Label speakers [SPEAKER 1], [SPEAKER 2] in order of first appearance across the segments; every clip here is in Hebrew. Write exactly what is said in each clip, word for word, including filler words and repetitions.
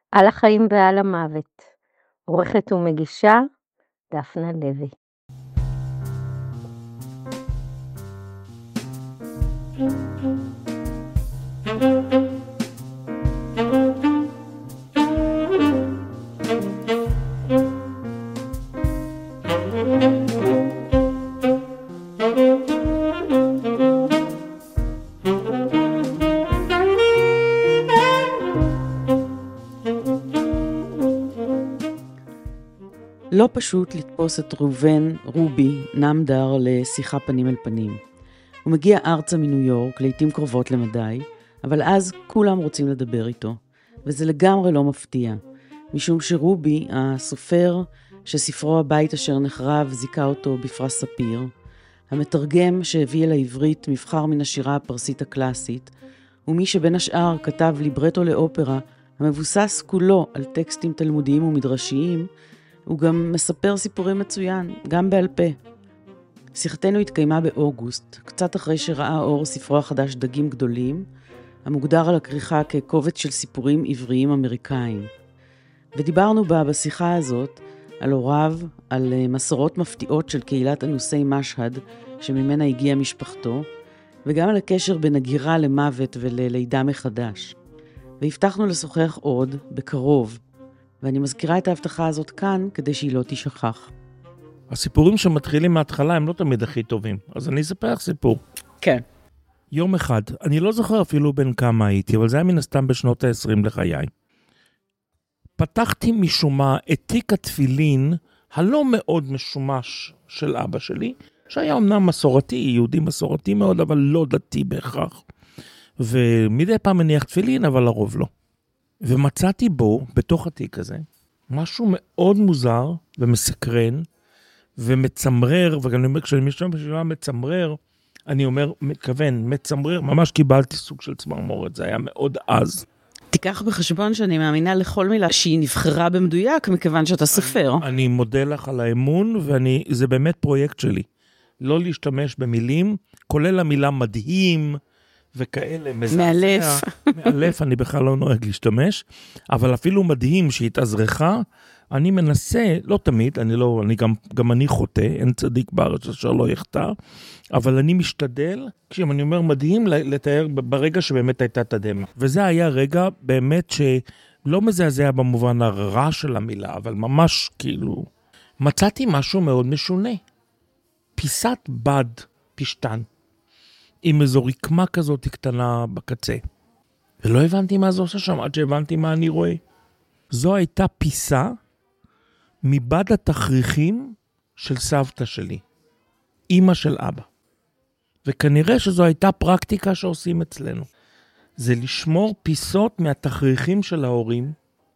[SPEAKER 1] על החיים ועל המוות. עורכת ומגישה דפנה לוי.
[SPEAKER 2] לא פשוט לתפוס את ראובן רובי נמדר לשיחה פנים אל פנים. הוא מגיע ארצה מניו יורק, לעתים קרובות למדי, אבל אז כולם רוצים לדבר איתו, וזה לגמרי לא מפתיע, משום שרובי, הסופר שספרו הבית אשר נחרב זיכה אותו בפרס ספיר, המתרגם שהביא אל העברית מבחר מן השירה הפרסית הקלאסית, ומי שבין השאר כתב ליברטו לאופרה המבוסס כולו על טקסטים תלמודיים ומדרשיים, הוא גם מספר סיפורים מצוין, גם בעל פה. שיחתנו התקיימה באוגוסט, קצת אחרי שראה אור ספרו החדש דגים גדולים, המוגדר על הכריכה כקובץ של סיפורים עבריים אמריקאים. ודיברנו בה בשיחה הזאת על הוריו, על מסורות מפתיעות של קהילת אנוסי משהד, שממנה הגיעה משפחתו, וגם על הקשר בין הגירה למוות וללידה מחדש. והבטחנו לשוחח עוד, בקרוב, ואני מזכירה את ההבטחה הזאת כאן, כדי שהיא לא תשכח.
[SPEAKER 3] הסיפורים שמתחילים מההתחלה הם לא תמיד הכי טובים, אז אני אספר לך סיפור.
[SPEAKER 2] כן.
[SPEAKER 3] יום אחד, אני לא זוכר אפילו בין כמה הייתי, אבל זה היה מן הסתם בשנות ה-עשרים לחיי. פתחתי משום מה את תיק התפילין הלא מאוד משומש של אבא שלי, שהיה אמנם מסורתי, יהודי מסורתי מאוד, אבל לא דתי בהכרח. ומדי פעם מניח תפילין, אבל לרוב לא. ומצאתי בו, בתוך התיק הזה, משהו מאוד מוזר ומסקרן ומצמרר, וגם כשאני משתמש בשבילה מצמרר, אני אומר, מתכוון, מצמרר, ממש קיבלתי סוג של צמרמורת, זה היה מאוד עז.
[SPEAKER 2] תיקח בחשבון שאני מאמינה לכל מילה שהיא נבחרה במדויק, מכיוון שאתה סופר.
[SPEAKER 3] אני, אני מודה לך על האמון, וזה באמת פרויקט שלי. לא להשתמש במילים, כולל המילה מדהים, וכאלה מזעזע.
[SPEAKER 2] מאלף.
[SPEAKER 3] מאלף, אני בכלל לא נוהג להשתמש, אבל אפילו מדהים שהתאזרחה, אני מנסה, לא תמיד, אני לא, אני גם, גם אני חוטא, אין צדיק בארץ אשר לא יחטא, אבל אני משתדל, כשאני אומר מדהים, לתאר ברגע שבאמת הייתה תדהמה. וזה היה רגע באמת שלא מזעזע במובן הרע של המילה, אבל ממש כאילו, מצאתי משהו מאוד משונה. פיסת בד פשטן. עם איזו רקמה כזאת קטנה בקצה. ולא הבנתי מה זה עושה שם, עד שהבנתי מה אני רואה. זו הייתה פיסה מבד התכריכים של סבתא שלי, אמא של אבא. וכנראה שזו הייתה פרקטיקה שעושים אצלנו. זה לשמור פיסות מהתכריכים של ההורים,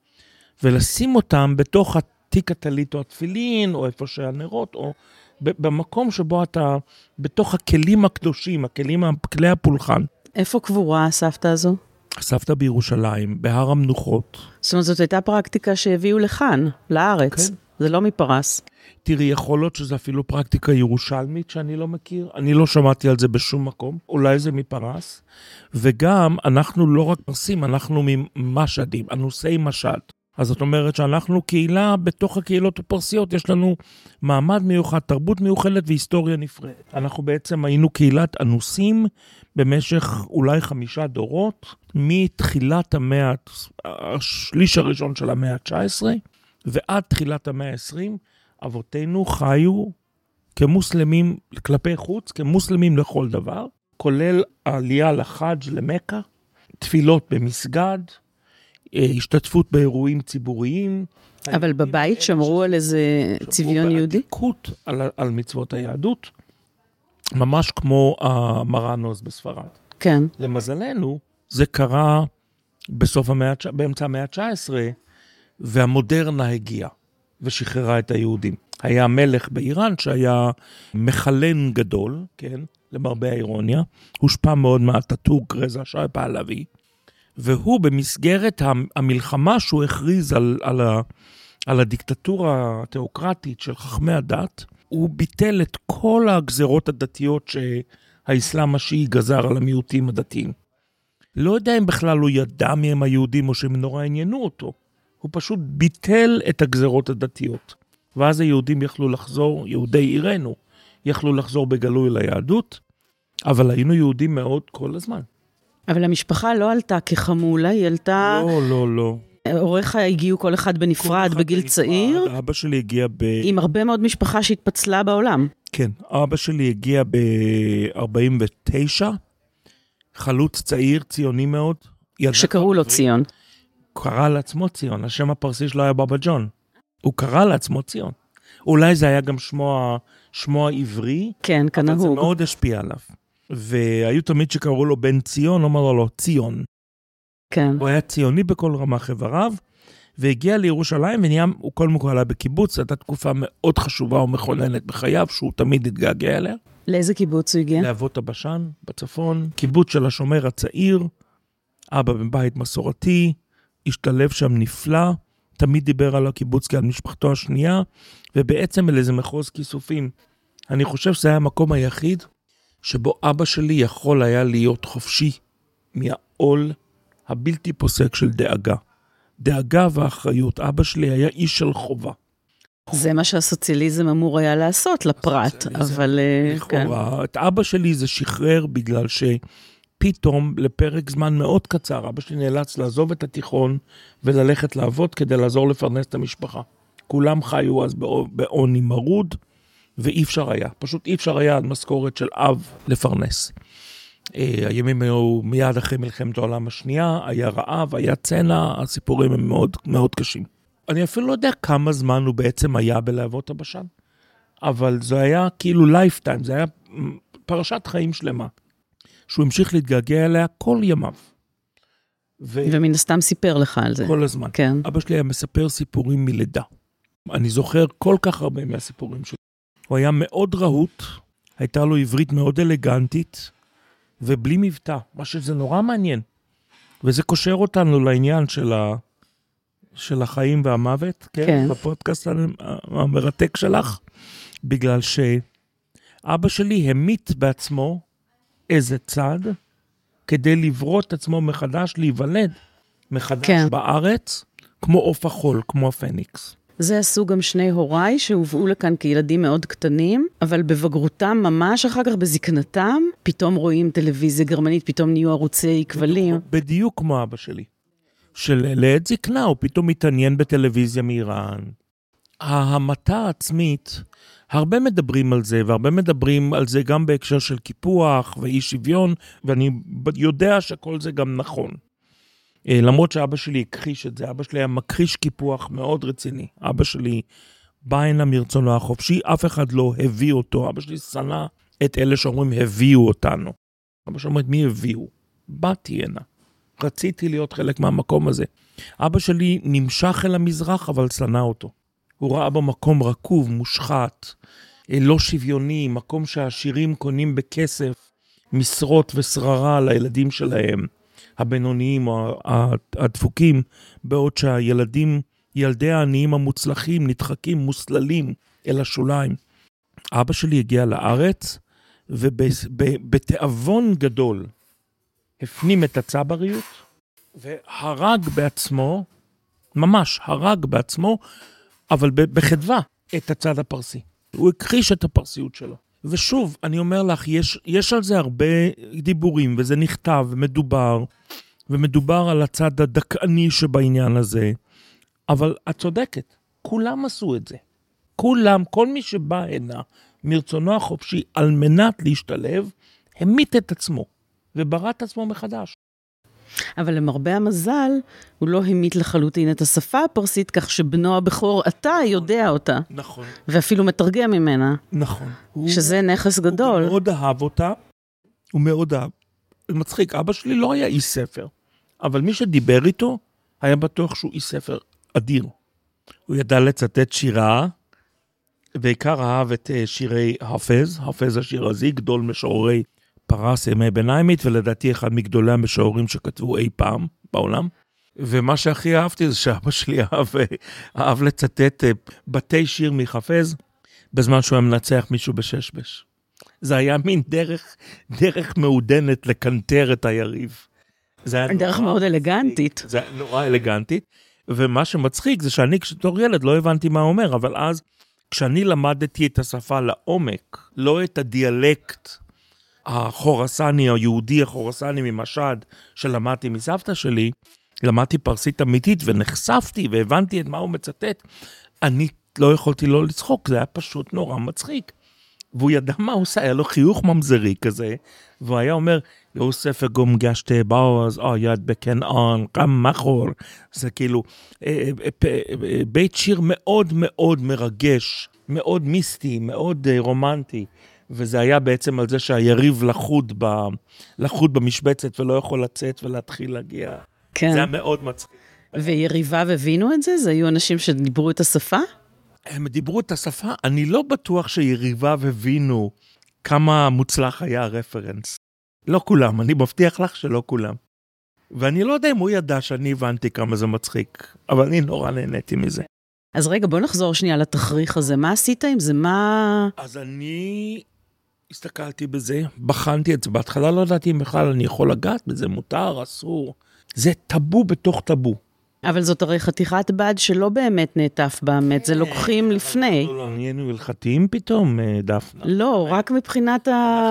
[SPEAKER 3] ולשים אותם בתוך התיק הטלית או התפילין, או איפה שהנרות, או במקום שבו אתה, בתוך הכלים הקדושים, הכלים, כלי הפולחן.
[SPEAKER 2] איפה קבורה הסבתא הזו?
[SPEAKER 3] הסבתא בירושלים, בהר המנוחות.
[SPEAKER 2] זאת אומרת, זאת הייתה פרקטיקה שהביאו לכאן, לארץ. כן. זה לא מפרס.
[SPEAKER 3] תראי, יכול להיות שזה אפילו פרקטיקה ירושלמית שאני לא מכיר. אני לא שמעתי על זה בשום מקום. אולי זה מפרס. וגם אנחנו לא רק פרסים, אנחנו ממשדים, אנוסי משד. אז זאת אומרת שאנחנו קהילה, בתוך הקהילות הפרסיות יש לנו מעמד מיוחד, תרבות מיוחדת והיסטוריה נפרדת. אנחנו בעצם היינו קהילת אנוסים במשך אולי חמישה דורות, מתחילת המאה, השליש הראשון של המאה ה-תשע עשרה, ועד תחילת המאה ה-עשרים, אבותינו חיו כמוסלמים כלפי חוץ, כמוסלמים לכל דבר, כולל עלייה לחאג' למכה, תפילות במסגד, השתתפות באירועים ציבוריים.
[SPEAKER 2] אבל בבית שמרו על איזה צביון יהודי?
[SPEAKER 3] עתיקות על, על מצוות היהדות, ממש כמו המרנוס בספרד.
[SPEAKER 2] כן.
[SPEAKER 3] למזלנו, זה קרה בסוף המאה, באמצע המאה ה-תשע עשרה, והמודרנה הגיעה ושחררה את היהודים. היה מלך באיראן שהיה מחלן גדול, כן, למרבה האירוניה, הושפע מאוד מאטאטורק, רזה שאה פהלוי, והוא במסגרת המלחמה שהוא הכריז על, על, ה, על הדיקטטורה התיאוקרטית של חכמי הדת, הוא ביטל את כל הגזרות הדתיות שהאסלאם השיעי גזר על המיעוטים הדתיים. לא יודע אם בכלל הוא ידע מהם היהודים או שהם נורא עניינו אותו, הוא פשוט ביטל את הגזרות הדתיות. ואז היהודים יכלו לחזור, יהודי עירנו, יכלו לחזור בגלוי ליהדות, אבל היינו יהודים מאוד כל הזמן.
[SPEAKER 2] אבל המשפחה לא עלתה כחמולה, היא עלתה...
[SPEAKER 3] לא, לא, לא.
[SPEAKER 2] הוריך הגיעו כל אחד בנפרד
[SPEAKER 3] כל אחד
[SPEAKER 2] בגיל
[SPEAKER 3] בנפרד.
[SPEAKER 2] צעיר.
[SPEAKER 3] אבא שלי הגיע ב...
[SPEAKER 2] עם הרבה מאוד משפחה שהתפצלה בעולם.
[SPEAKER 3] כן, אבא שלי הגיע ב-ארבעים ותשע, חלוץ צעיר, ציוני מאוד.
[SPEAKER 2] שקראו לו ציון.
[SPEAKER 3] קרא לעצמו ציון, השם הפרסי שלו היה בבא ג'ון. הוא קרא לעצמו ציון. אולי זה היה גם שמו, שמו העברי,
[SPEAKER 2] כן, כנהוג.
[SPEAKER 3] אבל זה מאוד השפיע עליו. והיו תמיד שקראו לו בן ציון, אמר לו ציון.
[SPEAKER 2] כן.
[SPEAKER 3] הוא היה ציוני בכל רמ"ח איבריו, והגיע לירושלים, ונהיה, הוא קודם כל עלה בקיבוץ, הייתה תקופה מאוד חשובה ומכוננת בחייו, שהוא תמיד התגעגע אליה.
[SPEAKER 2] לאיזה קיבוץ הוא הגיע?
[SPEAKER 3] לאבות הבשן, בצפון, קיבוץ של השומר הצעיר, אבא בבית מסורתי, השתלב שם נפלא, תמיד דיבר על הקיבוץ כעל משפחתו השנייה, ובעצם אל איזה מחוז כיסופים. אני חושב שזה היה המקום היחיד, שבו אבא שלי יכול היה להיות חופשי מהעול הבלתי פוסק של דאגה. דאגה ואחריות. אבא שלי היה איש של חובה.
[SPEAKER 2] זה מה שהסוציאליזם אמור היה לעשות לפרט, אבל...
[SPEAKER 3] לכאורה, את אבא שלי זה שחרר בגלל שפתאום לפרק זמן מאוד קצר, אבא שלי נאלץ לעזוב את התיכון וללכת לעבוד כדי לעזור לפרנס את המשפחה. כולם חיו אז בעוני מרוד, ואי אפשר היה, פשוט אי אפשר היה על משכורת של אב לפרנס. הימים היו מיד אחרי מלחמת העולם השנייה, היה רעב, היה צנע, הסיפורים הם מאוד, מאוד קשים. אני אפילו לא יודע כמה זמן הוא בעצם היה בלהבות הבשן, אבל זה היה כאילו לייפטיים, זה היה פרשת חיים שלמה, שהוא המשיך להתגעגע אליה כל ימיו.
[SPEAKER 2] ו... ומן הסתם סיפר לך על זה.
[SPEAKER 3] כל הזמן.
[SPEAKER 2] כן.
[SPEAKER 3] אבא שלי היה מספר סיפורים מלידה. אני זוכר כל כך הרבה מהסיפורים שלו. הוא היה מאוד רהוט, הייתה לו עברית מאוד אלגנטית, ובלי מבטא, מה שזה נורא מעניין. וזה קושר אותנו לעניין של, ה... של החיים והמוות, כן? כן. בפודקאסט המרתק שלך, בגלל שאבא שלי המית בעצמו איזה צד, כדי לברוא את עצמו מחדש, להיוולד מחדש כן. בארץ, כמו עוף החול, כמו הפניקס.
[SPEAKER 2] זה עשו גם שני הוריי שהובאו לכאן כילדים מאוד קטנים, אבל בבגרותם ממש אחר כך בזקנתם, פתאום רואים טלוויזיה גרמנית, פתאום נהיו ערוצי כבלים.
[SPEAKER 3] בדיוק, בדיוק כמו אבא שלי. שלעת זקנה הוא פתאום מתעניין בטלוויזיה מאיראן. ההמתה העצמית, הרבה מדברים על זה, והרבה מדברים על זה גם בהקשר של קיפוח ואי שוויון, ואני יודע שכל זה גם נכון. למרות שאבא שלי הכחיש את זה, אבא שלי היה מכחיש קיפוח מאוד רציני. אבא שלי בא הנה מרצונו החופשי, אף אחד לא הביא אותו. אבא שלי שנא את אלה שאומרים הביאו אותנו. אבא שלי אומר, מי הביאו? באתי הנה. רציתי להיות חלק מהמקום הזה. אבא שלי נמשך אל המזרח, אבל שנא אותו. הוא ראה במקום רקוב, מושחת, לא שוויוני, מקום שהעשירים קונים בכסף, משרות ושררה לילדים שלהם. הבינוניים או הדפוקים, בעוד שהילדים, ילדי העניים המוצלחים, נדחקים, מוסללים אל השוליים. אבא שלי הגיע לארץ, ובתאבון גדול, הפנים את הצבריות, והרג בעצמו, ממש הרג בעצמו, אבל בחדווה את הצד הפרסי. הוא הכחיש את הפרסיות שלו. ושוב, אני אומר לך, יש, יש על זה הרבה דיבורים, וזה נכתב ומדובר, ומדובר על הצד הדקעני שבעניין הזה, אבל את צודקת, כולם עשו את זה. כולם, כל מי שבא הנה, מרצונו החופשי, על מנת להשתלב, המית את עצמו, וברא את עצמו מחדש.
[SPEAKER 2] אבל למרבה המזל, הוא לא המית לחלוטין את השפה הפרסית, כך שבנו הבכור אתה יודע אותה.
[SPEAKER 3] נכון.
[SPEAKER 2] ואפילו מתרגם ממנה.
[SPEAKER 3] נכון.
[SPEAKER 2] שזה הוא, נכס גדול.
[SPEAKER 3] הוא מאוד אהב אותה, הוא מאוד אהב. מצחיק, אבא שלי לא היה איש ספר, אבל מי שדיבר איתו, היה בטוח שהוא איש ספר אדיר. הוא ידע לצטט שירה, בעיקר אהב את שירי חפז, חפז השירזי, גדול משוררי פרס ימי ביניימית, ולדעתי אחד מגדולי המשוררים שכתבו אי פעם בעולם. ומה שהכי אהבתי זה שאבא שלי אהב, אהב לצטט בתי שיר מחפז, בזמן שהוא היה מנצח מישהו בששבש. זה היה מין דרך, דרך מעודנת לקנטר את היריב. זה היה
[SPEAKER 2] דרך
[SPEAKER 3] נורא,
[SPEAKER 2] מאוד אלגנטית.
[SPEAKER 3] זה היה נורא אלגנטית. ומה שמצחיק זה שאני כשתור ילד לא הבנתי מה אומר, אבל אז כשאני למדתי את השפה לעומק, לא את הדיאלקט החורסני, היהודי החורסני ממשד, שלמדתי מסבתא שלי, למדתי פרסית אמיתית ונחשפתי והבנתי את מה הוא מצטט, אני לא יכולתי לא לצחוק, זה היה פשוט נורא מצחיק. והוא ידע מה הוא עושה, היה לו חיוך ממזרי כזה, והוא היה אומר, יוסף אגום גשתי באוז, או יד בקנען, קם מחור, זה כאילו, בית שיר מאוד מאוד מרגש, מאוד מיסטי, מאוד רומנטי, וזה היה בעצם על זה שהיריב לחוד, ב, לחוד במשבצת ולא יכול לצאת ולהתחיל להגיע.
[SPEAKER 2] כן.
[SPEAKER 3] זה היה מאוד מצחיק.
[SPEAKER 2] ויריביו הבינו את זה? זה היו אנשים שדיברו את השפה?
[SPEAKER 3] הם דיברו את השפה, אני לא בטוח שיריביו הבינו כמה מוצלח היה הרפרנס. לא כולם, אני מבטיח לך שלא כולם. ואני לא יודע אם הוא ידע שאני הבנתי כמה זה מצחיק, אבל אני נורא נהניתי מזה.
[SPEAKER 2] אז רגע, בוא נחזור שנייה לתכריך הזה. מה עשית עם זה? מה...
[SPEAKER 3] אז אני הסתכלתי בזה, בחנתי את זה. בהתחלה לא ידעתי אם בכלל אני יכול לגעת בזה, מותר, אסור. זה טאבו בתוך טאבו.
[SPEAKER 2] אבל זאת הרי חתיכת בד שלא באמת נעטף באמת, זה לוקחים לפני.
[SPEAKER 3] אנחנו לא נהיינו הלכתיים פתאום, דפנה.
[SPEAKER 2] לא, רק מבחינת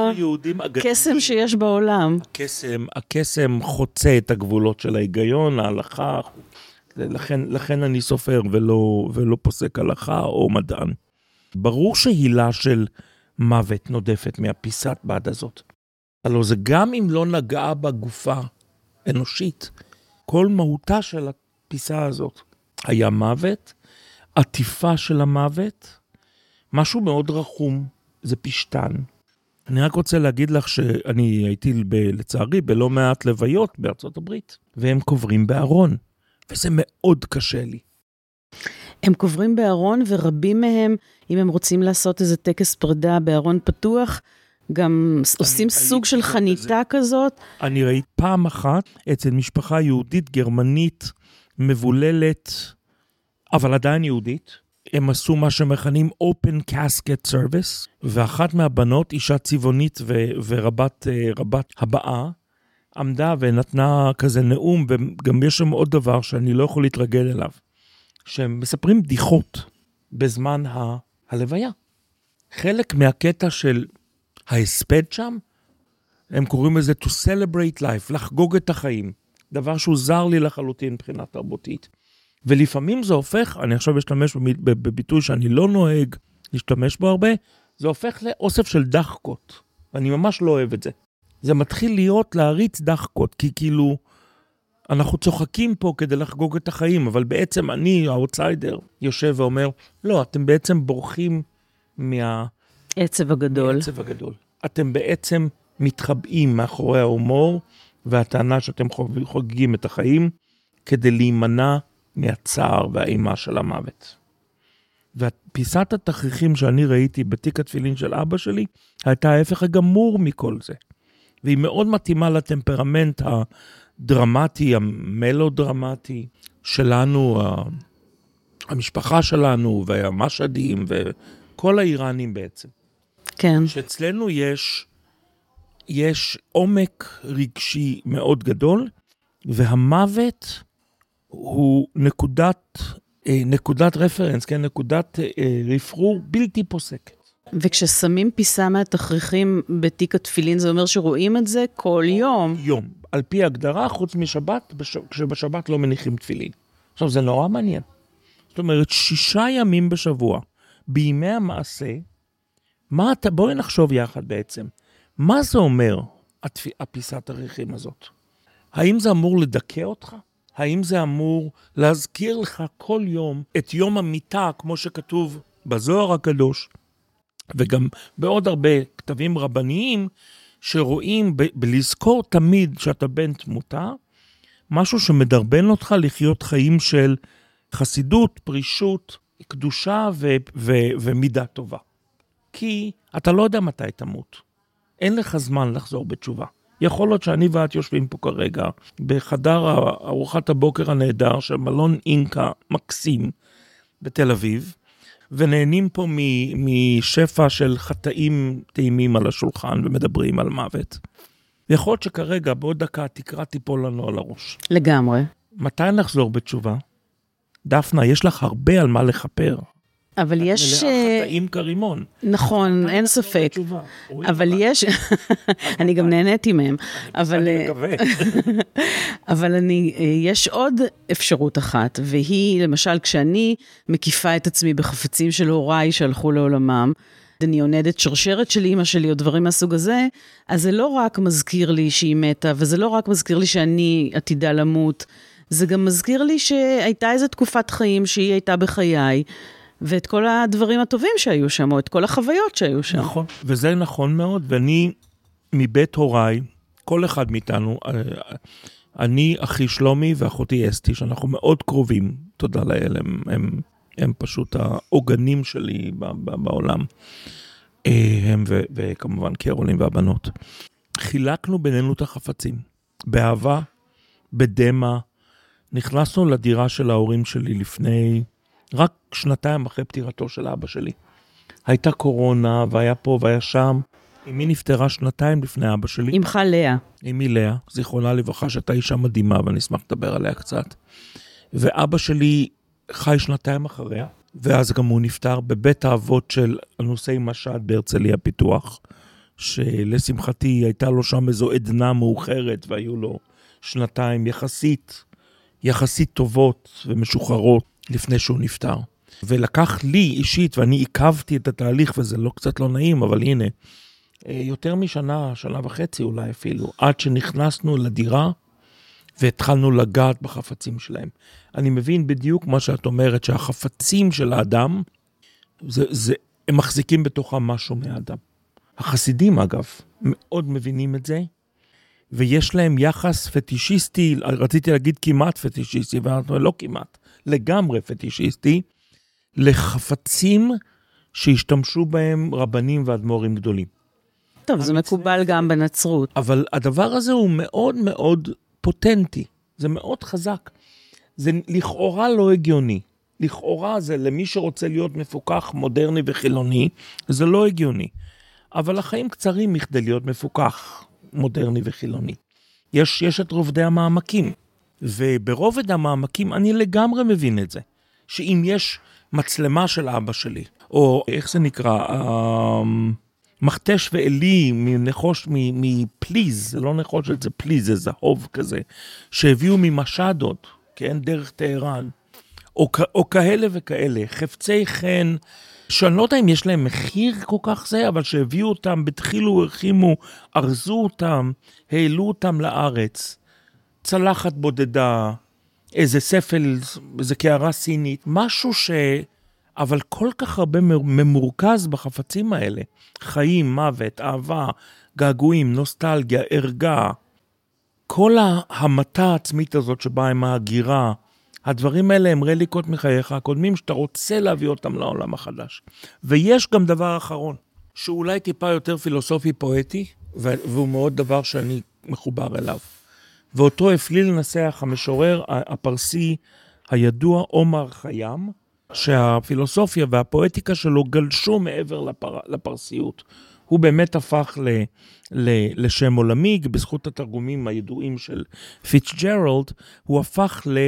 [SPEAKER 2] הקסם שיש בעולם.
[SPEAKER 3] הקסם, הקסם חוצה את הגבולות של ההיגיון, ההלכה, לכן, לכן אני סופר ולא, ולא פוסק הלכה או מדען. ברור שהילה של מוות נודפת מהפיסת בד הזאת. הלוא זה גם אם לא נגעה בגופה אנושית, כל מהותה של הפיסה הזאת היה מוות, עטיפה של המוות, משהו מאוד רחום, זה פשטן. אני רק רוצה להגיד לך שאני הייתי ב, לצערי בלא מעט לוויות בארצות הברית, והם קוברים בארון, וזה מאוד קשה לי.
[SPEAKER 2] הם קוברים בארון, ורבים מהם, אם הם רוצים לעשות איזה טקס פרידה בארון פתוח, גם עושים סוג של חניתה כזאת.
[SPEAKER 3] אני ראיתי פעם אחת אצל משפחה יהודית גרמנית מבוללת, אבל עדיין יהודית. הם עשו מה שמכנים Open Casket Service, ואחת מהבנות, אישה צבעונית ו- ורבת רבת הבאה, עמדה ונתנה כזה נאום, וגם יש שם עוד דבר שאני לא יכול להתרגל אליו, שהם מספרים בדיחות בזמן ה- הלוויה. חלק מהקטע של ההספד שם, הם קוראים לזה to celebrate life, לחגוג את החיים. דבר שהוא זר לי לחלוטין מבחינה תרבותית. ולפעמים זה הופך, אני עכשיו אשתמש בביטוי שאני לא נוהג להשתמש בו הרבה, זה הופך לאוסף של דחקות. ואני ממש לא אוהב את זה. זה מתחיל להיות להריץ דחקות, כי כאילו אנחנו צוחקים פה כדי לחגוג את החיים, אבל בעצם אני, האוטסיידר, יושב ואומר, לא, אתם בעצם בורחים מה...
[SPEAKER 2] עצב הגדול.
[SPEAKER 3] מעצב הגדול. אתם בעצם מתחבאים מאחורי ההומור, והטענה שאתם חוגגים את החיים, כדי להימנע מהצער והאימה של המוות. ופיסת התכריכים שאני ראיתי בתיק התפילין של אבא שלי, הייתה ההפך הגמור מכל זה. והיא מאוד מתאימה לטמפרמנט הדרמטי, המלודרמטי שלנו, המשפחה שלנו, והמשדים, וכל האיראנים בעצם.
[SPEAKER 2] כן.
[SPEAKER 3] שאצלנו יש, יש עומק רגשי מאוד גדול, והמוות הוא נקודת, נקודת רפרנס, כן? נקודת רפרור בלתי פוסקת.
[SPEAKER 2] וכששמים פיסה מהתכריכים בתיק התפילין, זה אומר שרואים את זה כל יום.
[SPEAKER 3] יום. על פי הגדרה, חוץ משבת, כשבשבת לא מניחים תפילין. עכשיו, זה נורא מעניין. זאת אומרת, שישה ימים בשבוע, בימי המעשה, מה אתה, בואי נחשוב יחד בעצם. מה זה אומר, הפיסת התכריכים הזאת? האם זה אמור לדכא אותך? האם זה אמור להזכיר לך כל יום את יום המיטה, כמו שכתוב בזוהר הקדוש, וגם בעוד הרבה כתבים רבניים, שרואים ב- בלזכור תמיד שאתה בן תמותה, משהו שמדרבן אותך לחיות חיים של חסידות, פרישות, קדושה ו- ו- ומידה טובה. כי אתה לא יודע מתי תמות. אין לך זמן לחזור בתשובה. יכול להיות שאני ואת יושבים פה כרגע, בחדר ארוחת הבוקר הנהדר של מלון אינקה מקסים בתל אביב, ונהנים פה משפע של חטאים טעימים על השולחן ומדברים על מוות. יכול להיות שכרגע בעוד דקה תקרא תיפול לנו על הראש.
[SPEAKER 2] לגמרי.
[SPEAKER 3] מתי נחזור בתשובה? דפנה, יש לך הרבה על מה לחפר.
[SPEAKER 2] אבל יש...
[SPEAKER 3] מלאה חטאים כרימון.
[SPEAKER 2] נכון, אין ספק. אבל יש... אני גם נהניתי מהם.
[SPEAKER 3] אני מקווה.
[SPEAKER 2] אבל אני... יש עוד אפשרות אחת, והיא, למשל, כשאני מקיפה את עצמי בחפצים של הוריי שהלכו לעולמם, אני עונדת שרשרת של אמא שלי או דברים מהסוג הזה, אז זה לא רק מזכיר לי שהיא מתה, וזה לא רק מזכיר לי שאני עתידה למות, זה גם מזכיר לי שהייתה איזו תקופת חיים שהיא הייתה בחיי, ואת כל הדברים הטובים שהיו שם, או את כל החוויות שהיו שם.
[SPEAKER 3] נכון, וזה נכון מאוד, ואני מבית הוריי, כל אחד מאיתנו, אני, אחי שלומי ואחותי אסתי, שאנחנו מאוד קרובים, תודה לאל, הם, הם, הם פשוט העוגנים שלי בעולם, הם ו, וכמובן קרולים והבנות. חילקנו בינינו את החפצים, באהבה, בדמה, נכנסנו לדירה של ההורים שלי לפני... רק שנתיים אחרי פטירתו של אבא שלי. הייתה קורונה, והיה פה והיה שם. אמי נפטרה שנתיים לפני אבא שלי.
[SPEAKER 2] אמך לאה.
[SPEAKER 3] אמי לאה, זיכרונה לברכה, שהייתה אישה מדהימה, ואני אשמח לדבר עליה קצת. ואבא שלי חי שנתיים אחריה, ואז גם הוא נפטר בבית האבות של אנוסי משד בהרצליה פיתוח, שלשמחתי הייתה לו שם איזו עדנה מאוחרת, והיו לו שנתיים יחסית, יחסית טובות ומשוחררות. לפני שהוא נפטר. ולקח לי אישית, ואני עיכבתי את התהליך, וזה לא קצת לא נעים, אבל הנה, יותר משנה, שנה וחצי אולי אפילו, עד שנכנסנו לדירה, והתחלנו לגעת בחפצים שלהם. אני מבין בדיוק מה שאת אומרת, שהחפצים של האדם, זה, זה, הם מחזיקים בתוכם משהו מהאדם. החסידים אגב, מאוד מבינים את זה, ויש להם יחס פטישיסטי, רציתי להגיד כמעט פטישיסטי, ואנחנו לא כמעט. לגמרי פטישיסטי, לחפצים שהשתמשו בהם רבנים ואדמו"רים גדולים.
[SPEAKER 2] טוב, זה מקובל גם בנצרות.
[SPEAKER 3] אבל הדבר הזה הוא מאוד מאוד פוטנטי, זה מאוד חזק. זה לכאורה לא הגיוני. לכאורה זה למי שרוצה להיות מפוקח, מודרני וחילוני, זה לא הגיוני. אבל החיים קצרים מכדי להיות מפוקח, מודרני וחילוני. יש, יש את רובדי המעמקים. וברובד המעמקים אני לגמרי מבין את זה, שאם יש מצלמה של אבא שלי, או איך זה נקרא, מכתש ואלי מנחוש, מפליז, זה לא נחוש את זה פליז, זה זהוב כזה, שהביאו ממשדות, כן, דרך טהרן, או, או כאלה וכאלה, חפצי חן, שאני לא יודע אם יש להם מחיר כל כך זה, אבל שהביאו אותם, בתחילו, הרחימו, ארזו אותם, העלו אותם לארץ, צלחת בודדה, איזה ספל, איזה קערה סינית, משהו ש... אבל כל כך הרבה ממורכז בחפצים האלה. חיים, מוות, אהבה, געגועים, נוסטלגיה, ערגה. כל ההמתה העצמית הזאת שבאה עם ההגירה, הדברים האלה הם רליקות מחייך הקודמים, שאתה רוצה להביא אותם לעולם החדש. ויש גם דבר אחרון, שאולי טיפה יותר פילוסופי פואטי, והוא מאוד דבר שאני מחובר אליו. ואותו הפליל לנסח המשורר הפרסי הידוע עומר חיים, שהפילוסופיה והפואטיקה שלו גלשו מעבר לפר, לפרסיות. הוא באמת הפך ל, ל, לשם עולמי, בזכות התרגומים הידועים של פיטג'רלד, הוא הפך ל,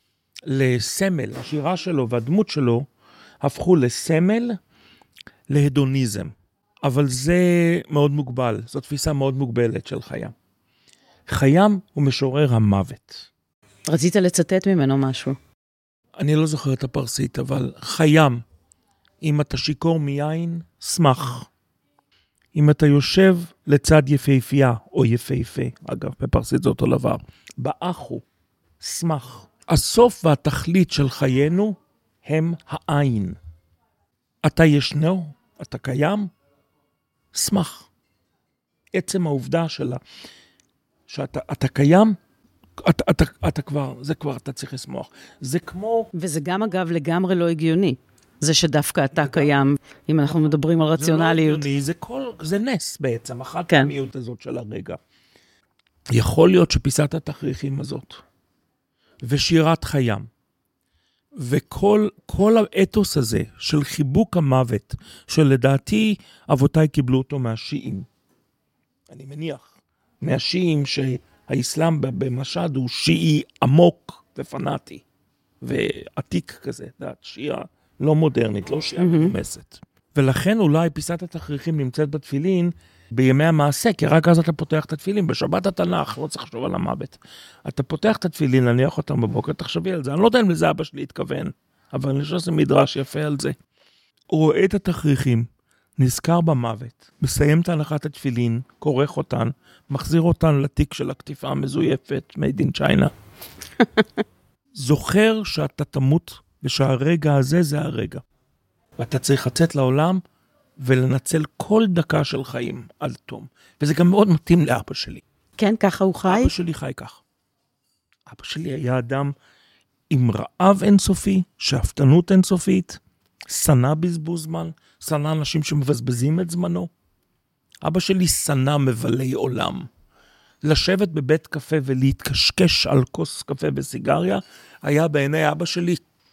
[SPEAKER 3] לסמל, השירה שלו והדמות שלו הפכו לסמל להדוניזם. אבל זה מאוד מוגבל, זו תפיסה מאוד מוגבלת של חיים. חיים הוא משורר המוות.
[SPEAKER 2] רצית לצטט ממנו משהו?
[SPEAKER 3] אני לא זוכר את הפרסית, אבל חיים, אם אתה שיקור מיין, שמח. אם אתה יושב לצד יפהפייה או יפהפה, אגב, בפרסית זה אותו דבר, באחו, שמח. הסוף והתכלית של חיינו הם העין. אתה ישנו, אתה קיים, שמח. עצם העובדה שלה, שאתה אתה קיים, אתה, אתה, אתה כבר, זה כבר, אתה צריך לשמוח. זה כמו...
[SPEAKER 2] וזה גם אגב לגמרי לא הגיוני. זה שדווקא אתה קיים, אם אנחנו מדברים על רציונליות.
[SPEAKER 3] זה לא הגיוני, זה כל, זה נס בעצם, אחת המיעוט הזאת של הרגע. יכול להיות שפיסת התכריכים הזאת, ושירת חיים, וכל כל האתוס הזה של חיבוק המוות, שלדעתי אבותיי קיבלו אותו מהשיעים. אני מניח, מהשיעים שהאסלאם במשד הוא שיעי עמוק ופנאטי. ועתיק כזה, דעת, שיעה לא מודרנית, לא שיעה מנומסת. ולכן אולי פיסת התכריכים נמצאת בתפילין בימי המעשה, כי רק אז אתה פותח את התפילין, בשבת התנ"ך, לא צריך לחשוב על המוות. אתה פותח את התפילין, נניח אותם בבוקר, תחשבי על זה. אני לא יודע אם לזה אבא שלי התכוון, אבל אני חושב שזה מדרש יפה על זה. הוא רואה את התכריכים, נזכר במוות, מסיים את הנחת התפילין, כורך אותן, מחזיר אותן לתיק של הכתיפה המזויפת, made in China. זוכר שאתה תמות, ושהרגע הזה זה הרגע. ואתה צריך לצאת לעולם, ולנצל כל דקה של חיים על תום. וזה גם מאוד מתאים לאבא שלי.
[SPEAKER 2] כן, ככה הוא חי?
[SPEAKER 3] אבא שלי חי כך. אבא שלי היה אדם עם רעב אינסופי, שאפתנות אינסופית, שנא בזבוז זמן, שנא אנשים שמבזבזים את זמנו. אבא שלי שנא מבלי עולם. לשבת בבית קפה ולהתקשקש על כוס קפה וסיגריה, היה בעיני אבא שלי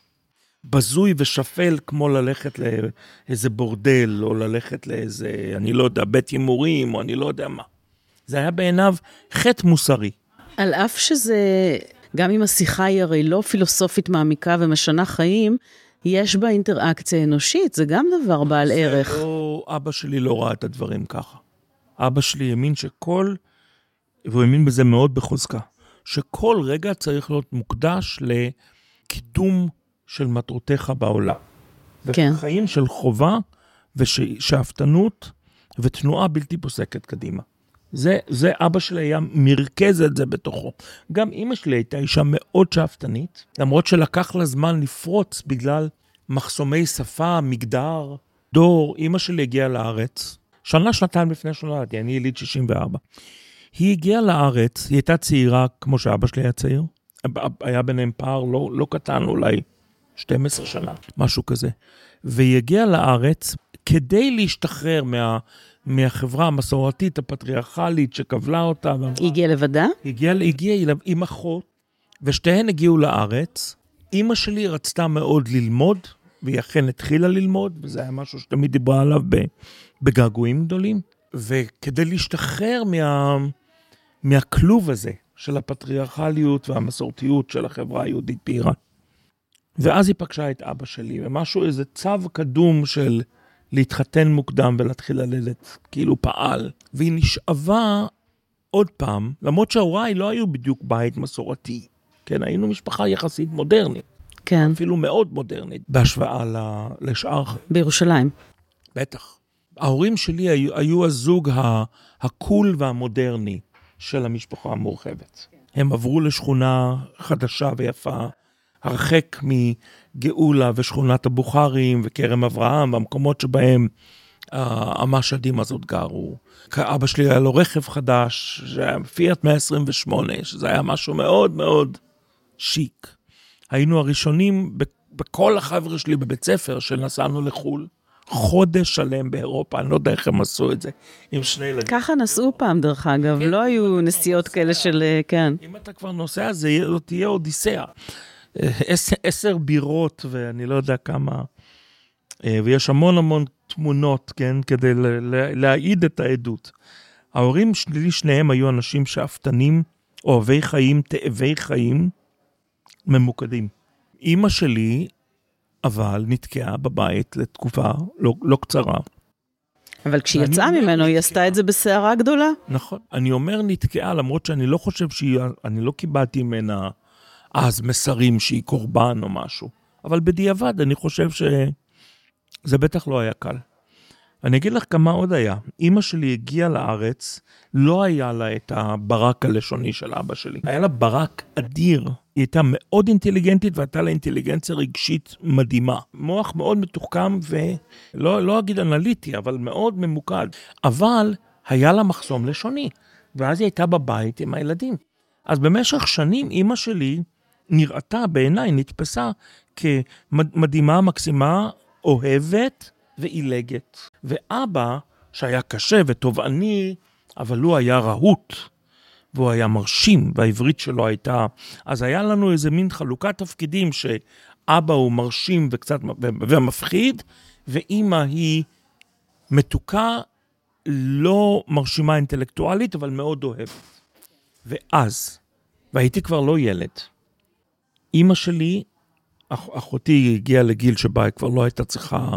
[SPEAKER 3] בזוי ושפל כמו ללכת לאיזה בורדל, או ללכת לאיזה, אני לא יודע, בית ימורים, או אני לא יודע מה. זה היה בעיניו חטא מוסרי.
[SPEAKER 2] על אף שזה, גם אם השיחה היא הרי לא פילוסופית מעמיקה ומשנה חיים, יש בה אינטראקציה אנושית, זה גם דבר בעל ערך.
[SPEAKER 3] לא, אבא שלי לא ראה את הדברים ככה. אבא שלי האמין שכל, והוא האמין בזה מאוד בחוזקה, שכל רגע צריך להיות מוקדש לקידום של מטרותיך בעולם.
[SPEAKER 2] כן.
[SPEAKER 3] וחיים של חובה ושאפתנות ותנועה בלתי פוסקת קדימה. זה, זה אבא שלי היה מרכז את זה בתוכו. גם אמא שלי הייתה אישה מאוד שאפתנית, למרות שלקח לה זמן לפרוץ בגלל מחסומי שפה, מגדר, דור. אמא שלי הגיעה לארץ, שנה, שנתיים לפני שנולדתי, אני יליד שישים וארבע. היא הגיעה לארץ, היא הייתה צעירה כמו שאבא שלי היה צעיר, היה ביניהם פער לא, לא קטן, אולי שתים עשרה שנה, משהו כזה. והיא הגיעה לארץ כדי להשתחרר מה, מהחברה המסורתית, הפטריארכלית שקבלה אותה.
[SPEAKER 2] היא הגיעה לבדה?
[SPEAKER 3] היא הגיעה, הגיעה עם אחות, ושתיהן הגיעו לארץ. אמא שלי רצתה מאוד ללמוד, והיא אכן התחילה ללמוד, וזה היה משהו שתמיד דיברה עליו בגעגועים גדולים. וכדי להשתחרר מה, מהכלוב הזה של הפטריארכליות והמסורתיות של החברה היהודית באיראן. ואז היא פגשה את אבא שלי, ומשהו, איזה צו קדום של להתחתן מוקדם ולהתחיל ללדת, כאילו פעל. והיא נשאבה עוד פעם, למרות שההוריי לא היו בדיוק בית מסורתי. כן, היינו משפחה יחסית מודרנית.
[SPEAKER 2] כן.
[SPEAKER 3] אפילו מאוד מודרנית, בהשוואה לשאר.
[SPEAKER 2] בירושלים.
[SPEAKER 3] בטח. ההורים שלי היו, היו הזוג הקול והמודרני של המשפחה המורחבת. הם עברו לשכונה חדשה ויפה, הרחק מגאולה ושכונת הבוכרים וכרם אברהם, והמקומות שבהם המשדים הזאת גרו. אבא שלי היה לו רכב חדש, פיאט מאה עשרים ושמונה, שזה היה משהו מאוד מאוד שיק. היינו הראשונים בכל החבר'ה שלי בבית ספר שנסענו לחול, חודש שלם באירופה, אני לא יודע איך הם עשו את זה, עם שני ילדים.
[SPEAKER 2] ככה נסעו פעם דרך אגב, לא היו נסיעות כאלה של, כן.
[SPEAKER 3] אם אתה כבר נוסע, זה תהיה אודיסאה. עשר בירות, ואני לא יודע כמה, ויש המון המון תמונות, כן, כדי להעיד את העדות. ההורים שלי, שניהם היו אנשים שאפתנים, אוהבי חיים, תאבי חיים, ממוקדים. אמא שלי, אבל נתקעה בבית לתקופה לא, לא קצרה.
[SPEAKER 2] אבל כשהיא יצאה ממנו, היא עשתה את זה בסערה גדולה.
[SPEAKER 3] נכון. אני אומר נתקעה, למרות שאני לא חושב שהיא, אני לא קיבלתי ממנה אז מסרים שהיא קורבן או משהו. אבל בדיעבד אני חושב שזה בטח לא היה קל. אני אגיד לך כמה עוד היה. אמא שלי הגיעה לארץ, לא היה לה את הברק הלשוני של אבא שלי. היה לה ברק אדיר. היא הייתה מאוד אינטליגנטית, והייתה לה אינטליגנציה רגשית מדהימה. מוח מאוד מתוחכם ולא לא אגיד אנליטי, אבל מאוד ממוקד. אבל היה לה מחסום לשוני. ואז היא הייתה בבית עם הילדים. אז במשך שנים אמא שלי נראתה בעיניי, נתפסה כמדהימה, מקסימה, אוהבת ואילגת. ואבא, שהיה קשה וטובעני, אבל הוא היה רהוט, והוא היה מרשים, והעברית שלו הייתה, אז היה לנו איזה מין חלוקת תפקידים, שאבא הוא מרשים וקצת ומפחיד, ואמא היא מתוקה, לא מרשימה אינטלקטואלית, אבל מאוד אוהבת. ואז, והייתי כבר לא ילד, אמא שלי אח, אחותי הגיעה לגיל שבה היא כבר לא הייתה צריכה,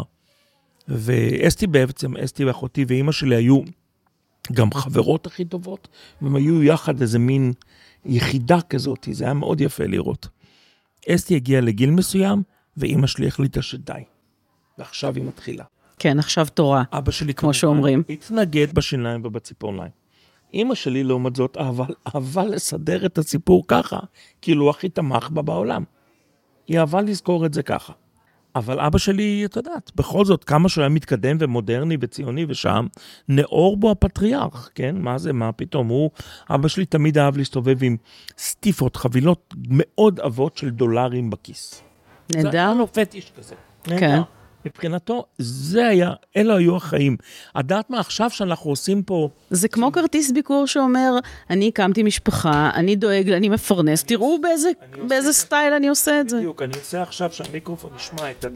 [SPEAKER 3] ואסתי בעצם, אסתי ואחותי ואימא שלי היו גם חברות הכי טובות, והם היו יחד איזה מין יחידה כזאת, זה היה מאוד יפה לראות. אסתי הגיעה לגיל מסוים, ואימא שלי החליטה שדי. ועכשיו היא מתחילה.
[SPEAKER 2] כן, עכשיו תורה.
[SPEAKER 3] אבא שלי,
[SPEAKER 2] כמו שאומרים.
[SPEAKER 3] התנגד בשיניים ובציפורניים. אימא שלי, לעומת זאת, אהבה, אהבה לסדר את הסיפור ככה, כאילו הוא הכי תמך בה בעולם. היא אהבה לזכור את זה ככה. אבל אבא שלי, אתה יודעת, בכל זאת, כמה שהוא היה מתקדם ומודרני וציוני ושם, נאור בו הפטריארך, כן? מה זה, מה פתאום? הוא, אבא שלי תמיד אהב להסתובב עם סטיפות, חבילות מאוד עבות של דולרים בכיס.
[SPEAKER 2] נהדר.
[SPEAKER 3] זה היה לו פטיש כזה.
[SPEAKER 2] כן.
[SPEAKER 3] נהדר. מבחינתו, זה היה, אלו היו החיים. הדעת מה עכשיו שאנחנו עושים פה...
[SPEAKER 2] זה כמו כרטיס ביקור שאומר, אני הקמתי משפחה, אני דואג, אני מפרנס, תראו באיזה, באיזה סטייל אני עושה את זה.
[SPEAKER 3] בדיוק, אני עושה עכשיו שהמיקרופון ישמע את,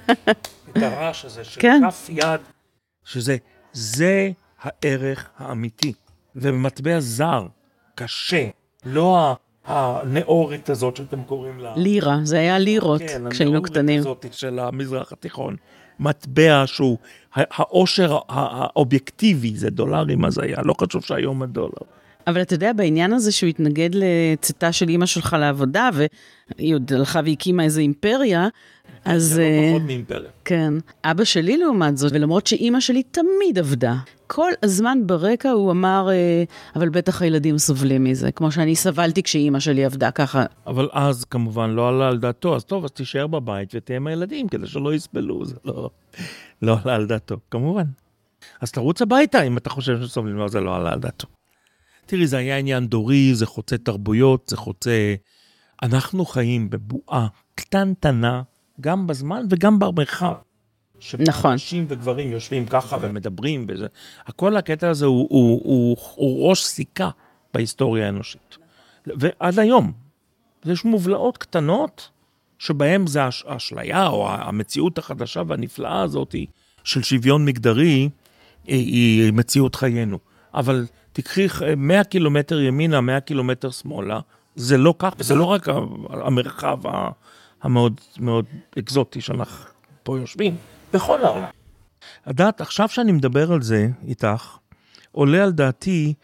[SPEAKER 3] את הרעש הזה של
[SPEAKER 2] כן.
[SPEAKER 3] כף יד, שזה, זה הערך האמיתי. ובמטבע זר, קשה, לא הנאורת הזאת שאתם קוראים לה.
[SPEAKER 2] לירה, זה היה לירות
[SPEAKER 3] כן,
[SPEAKER 2] כשהיינו קטנים.
[SPEAKER 3] הנאורת הזאת של המזרח התיכון. מטבע שהוא, העושר האובייקטיבי זה דולרים, אז היה, לא חשוב שהיום הדולר.
[SPEAKER 2] אבל אתה יודע, בעניין הזה שהוא התנגד לצאתה של אמא שלך לעבודה, והיא עוד הלכה והקימה איזו אימפריה, אז...
[SPEAKER 3] זה לא פחות מאימפריה.
[SPEAKER 2] כן. אבא שלי לעומת זאת, ולמרות שאמא שלי תמיד עבדה, כל הזמן ברקע הוא אמר, אבל בטח הילדים סובלים מזה, כמו שאני סבלתי כשאמא שלי עבדה ככה.
[SPEAKER 3] אבל אז כמובן לא עלה על דעתו, אז טוב, אז תישאר בבית ותהיה עם הילדים, כדי שלא יסבלו, זה לא, לא עלה על דעתו, כמובן. אז תרוץ הביתה אם אתה חושב שסובלים, לא, זה לא עלה על דעתו. תראי, זה היה עניין דורי, זה חוצה תרבויות, זה חוצה... אנחנו חיים בבועה קטנטנה, גם בזמן וגם במרחב.
[SPEAKER 2] נכון.
[SPEAKER 3] נשים וגברים יושבים ככה ומדברים, וזה. הכל הקטע הזה הוא, הוא, הוא, הוא ראש סיכה בהיסטוריה האנושית. ועד היום, יש מובלעות קטנות, שבהם זה האשליה, או המציאות החדשה והנפלאה הזאת, של שוויון מגדרי, היא מציאות חיינו. אבל תקחי מאה קילומטר ימינה, מאה קילומטר שמאלה, זה לא כך, וזה לא רק המרחב המאוד מאוד אקזוטי שאנחנו פה יושבים, בכל העולם. הדעת, עכשיו שאני מדבר על זה איתך, עולה על דעתי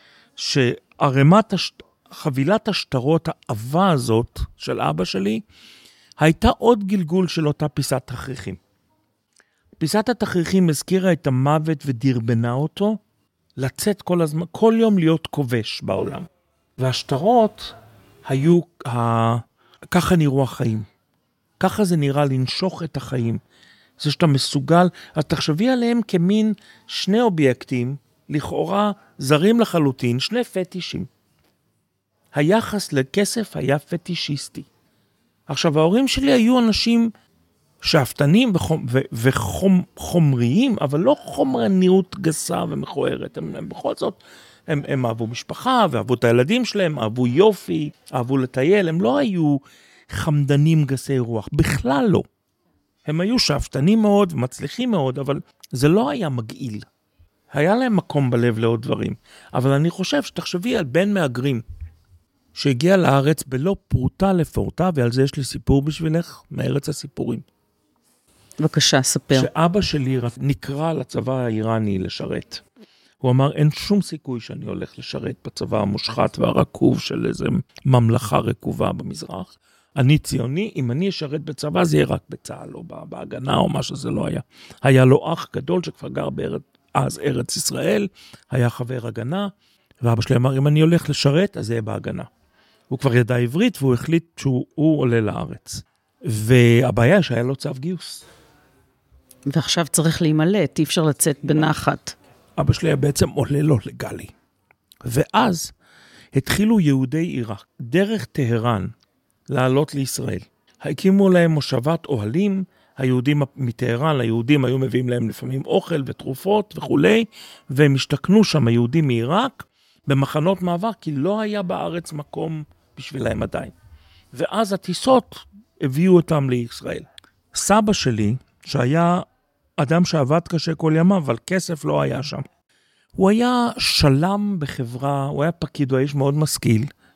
[SPEAKER 3] שערימת חבילת השטרות העבה הזאת של אבא שלי, הייתה עוד גלגול של אותה פיסת תכריכים. פיסת התכריכים הזכירה את המוות ודרבנה אותו, לצאת כל הזמן, כל יום להיות כובש בעולם. והשטרות היו, ה... ככה נראו החיים. ככה זה נראה לנשוך את החיים. זה שאתה מסוגל, אז תחשבי עליהם כמין שני אובייקטים, לכאורה זרים לחלוטין, שני פטישים. היחס לכסף היה פטישיסטי. עכשיו, ההורים שלי היו אנשים שאפתנים וחומ, ו, וחומריים, אבל לא חומרניות גסה ומכוערת. הם, הם בכל זאת, הם, הם אהבו משפחה, ואהבו את הילדים שלהם, אהבו יופי, אהבו לטייל, הם לא היו חמדנים גסי רוח, בכלל לא. הם היו שאפתנים מאוד ומצליחים מאוד, אבל זה לא היה מגעיל. היה להם מקום בלב לעוד דברים. אבל אני חושב שתחשבי על בן מהגרים, שהגיע לארץ בלא פרוטה לפורטה, ועל זה יש לי סיפור בשבילך, מארץ הסיפורים.
[SPEAKER 2] בבקשה, ספר.
[SPEAKER 3] שאבא שלי נקרא לצבא האיראני לשרת. הוא אמר, אין שום סיכוי שאני הולך לשרת בצבא המושחת והרקוב של איזו ממלכה רקובה במזרח. אני ציוני, אם אני אשרת בצבא, זה יהיה רק בצהל או בהגנה או מה שזה לא היה. היה לו אח גדול שכבר גר בארץ, אז ארץ ישראל, היה חבר הגנה, ואבא שלי אמר, אם אני הולך לשרת, אז זה יהיה בהגנה. הוא כבר ידע עברית, והוא החליט שהוא עולה לארץ. והבעיה שהיה לו צו גיוס.
[SPEAKER 2] ועכשיו צריך להימלט, אי אפשר לצאת בנחת.
[SPEAKER 3] אבא שלי היה בעצם עולה לו לגלי. ואז התחילו יהודי עיראק, דרך טהרן, לעלות לישראל. הקימו להם מושבת אוהלים, היהודים מטהרן, היהודים היו מביאים להם לפעמים אוכל ותרופות וכולי, והם השתכנו שם, היהודים מעיראק, במחנות מעבר, כי לא היה בארץ מקום בשבילהם עדיין. ואז הטיסות הביאו אותם לישראל. סבא שלי, שהיה אדם שעבד קשה כל ימיו, אבל כסף לא היה שם. הוא היה שלם בחברה, הוא היה פקיד, הוא היה איש מאוד משכיל,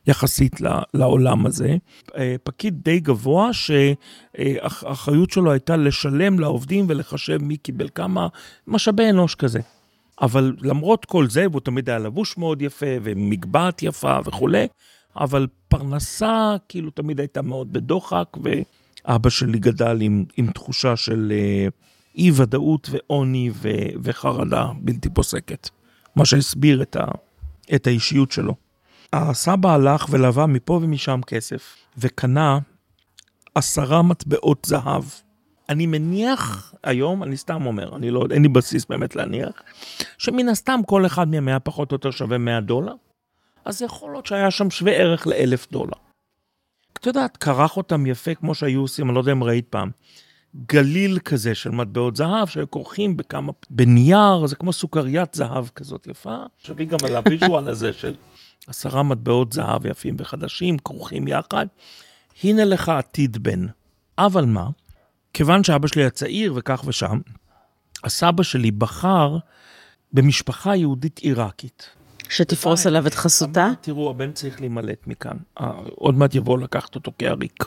[SPEAKER 3] יחסית לעולם הזה. פקיד די גבוה שהאחריות שלו הייתה לשלם לעובדים ולחשב מי קיבל כמה משאבי אנוש כזה. אבל למרות כל זה, הוא תמיד היה לבוש מאוד יפה ומגבעת יפה וכו', אבל פרנסה כאילו תמיד הייתה מאוד בדוחק, ואבא שלי גדל עם, עם תחושה של אי ודאות ועוני ו, וחרדה בלתי פוסקת. מה שהסביר את, ה, את האישיות שלו. הסבא הלך ולווה מפה ומשם כסף, וקנה עשרה מטבעות זהב. אני מניח היום, אני סתם אומר, אני לא, אין לי בסיס באמת להניח, שמן הסתם כל אחד מהם היה פחות או יותר שווה מאה דולר, אז זה יכול להיות שהיה שם שווה ערך לאלף דולר. אתה יודעת, קרח אותם יפה כמו שהיו עושים, אני לא יודע אם ראית פעם, גליל כזה של מטבעות זהב, שהיו כורכים בכמה, בנייר, זה כמו סוכריית זהב כזאת יפה, שווה גם על הוויז'ואל הזה של עשרה מטבעות זהב יפים וחדשים, כורכים יחד, הנה לך עתיד בן. אבל מה? כיוון שאבא שלי היה צעיר וכך ושם, הסבא שלי בחר במשפחה יהודית עיראקית.
[SPEAKER 2] שתפרוס עליו את חסותה?
[SPEAKER 3] תראו, הבן צריך להימלט מכאן. עוד מעט יבוא לקחת אותו כעריק.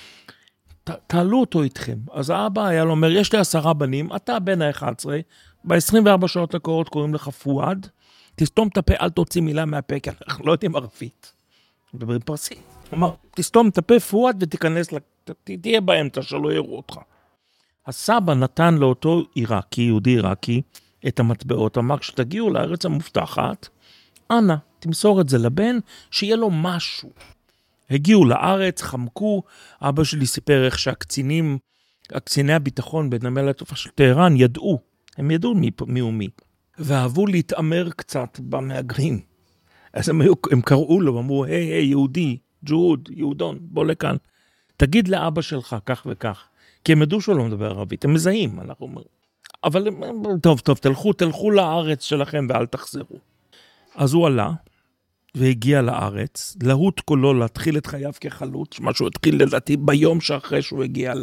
[SPEAKER 3] תעלו אותו איתכם. אז האבא היה לו אומר, יש לי עשרה בנים, אתה בן ה-אחת עשרה, ב-עשרים וארבע שעות הקורות קוראים לך פואד, תסתום את הפה, אל תוציא מילה מהפה, כי אנחנו לא יודעים ערבית. מדברים פרסי. הוא אמר, תסתום את הפה פואד ותיכנס, תהיה באמצע שלא יראו אותך. הסבא נתן לאותו עיראקי, יהודי עיראקי, את המטבעות, אמר, כשתגיעו לארץ המובטחת, אנא, תמסור את זה לבן, שיהיה לו משהו. הגיעו לארץ, חמקו, אבא שלי סיפר איך שהקצינים, הקציני הביטחון בנמל התעופה של טהרן ידעו, הם ידעו מי, מי ומי, ואהבו להתאמר קצת במהגרים. אז הם, היו, הם קראו לו, אמרו, היי, היי, יהודי, ג'הוד, יהודון, בוא לכאן. תגיד לאבא שלך כך וכך, כי הם ידעו שהוא לא מדבר ערבית, הם מזהים, אנחנו אומרים. אבל טוב, טוב, תלכו, תלכו לארץ שלכם ואל תחזרו. אז הוא עלה, והגיע לארץ, להוט כולו להתחיל את חייו כחלוץ, מה שהוא התחיל לדעתי ביום שאחרי שהוא הגיע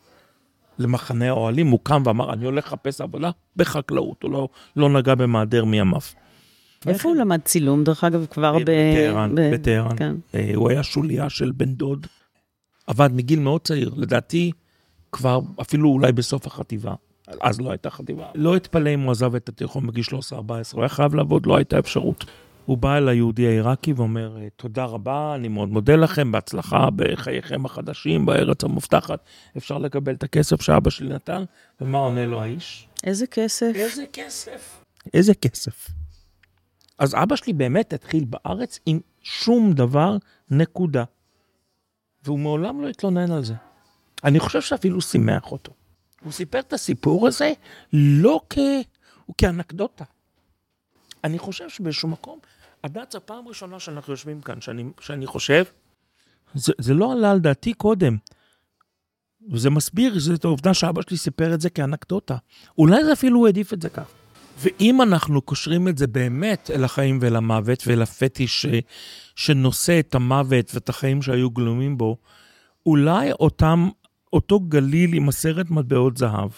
[SPEAKER 3] למחנה האוהלים, הוא קם ואמר, אני הולך לחפש עבודה בחקלאות, הוא לא, לא נגע במעדר מימיו.
[SPEAKER 2] איפה הוא למד צילום, דרך אגב, כבר
[SPEAKER 3] בטהרן, בטהרן. הוא היה שוליה של בן דוד, עבד מגיל מאוד צעיר, לדעתי כבר אפילו אולי בסוף החטיבה, אז לא הייתה חטיבה. לא התפלא אם הוא עזב את התיכון בגיל שלוש עשרה ארבע עשרה, הוא היה חייב לעבוד, לא הייתה אפשרות. הוא בא אל היהודי העיראקי ואומר, תודה רבה, אני מאוד מודה לכם, בהצלחה בחייכם החדשים, בארץ המובטחת, אפשר לקבל את הכסף שאבא שלי נתן, ומה עונה לו האיש?
[SPEAKER 2] איזה כסף?
[SPEAKER 3] איזה כסף? איזה כסף? אז אבא שלי באמת התחיל בארץ עם שום דבר, נקודה. והוא מעולם לא התלונן על זה. אני חושב שאפילו שימח אותו. הוא סיפר את הסיפור הזה לא כ... כאנקדוטה. אני חושב שבאיזשהו מקום, עד הפעם ראשונה שאנחנו יושבים כאן, שאני, שאני חושב, זה, זה לא עלה על דעתי קודם. וזה מסביר, זאת העובדה שאבא שלי סיפר את זה כאנקדוטה. אולי זה אפילו הוא העדיף את זה כך. ואם אנחנו קושרים את זה באמת אל החיים ואל המוות, ואל הפטיש ש, שנושא את המוות ואת החיים שהיו גלומים בו, אולי אותם, אותו גליל עם עשרת מטבעות זהב,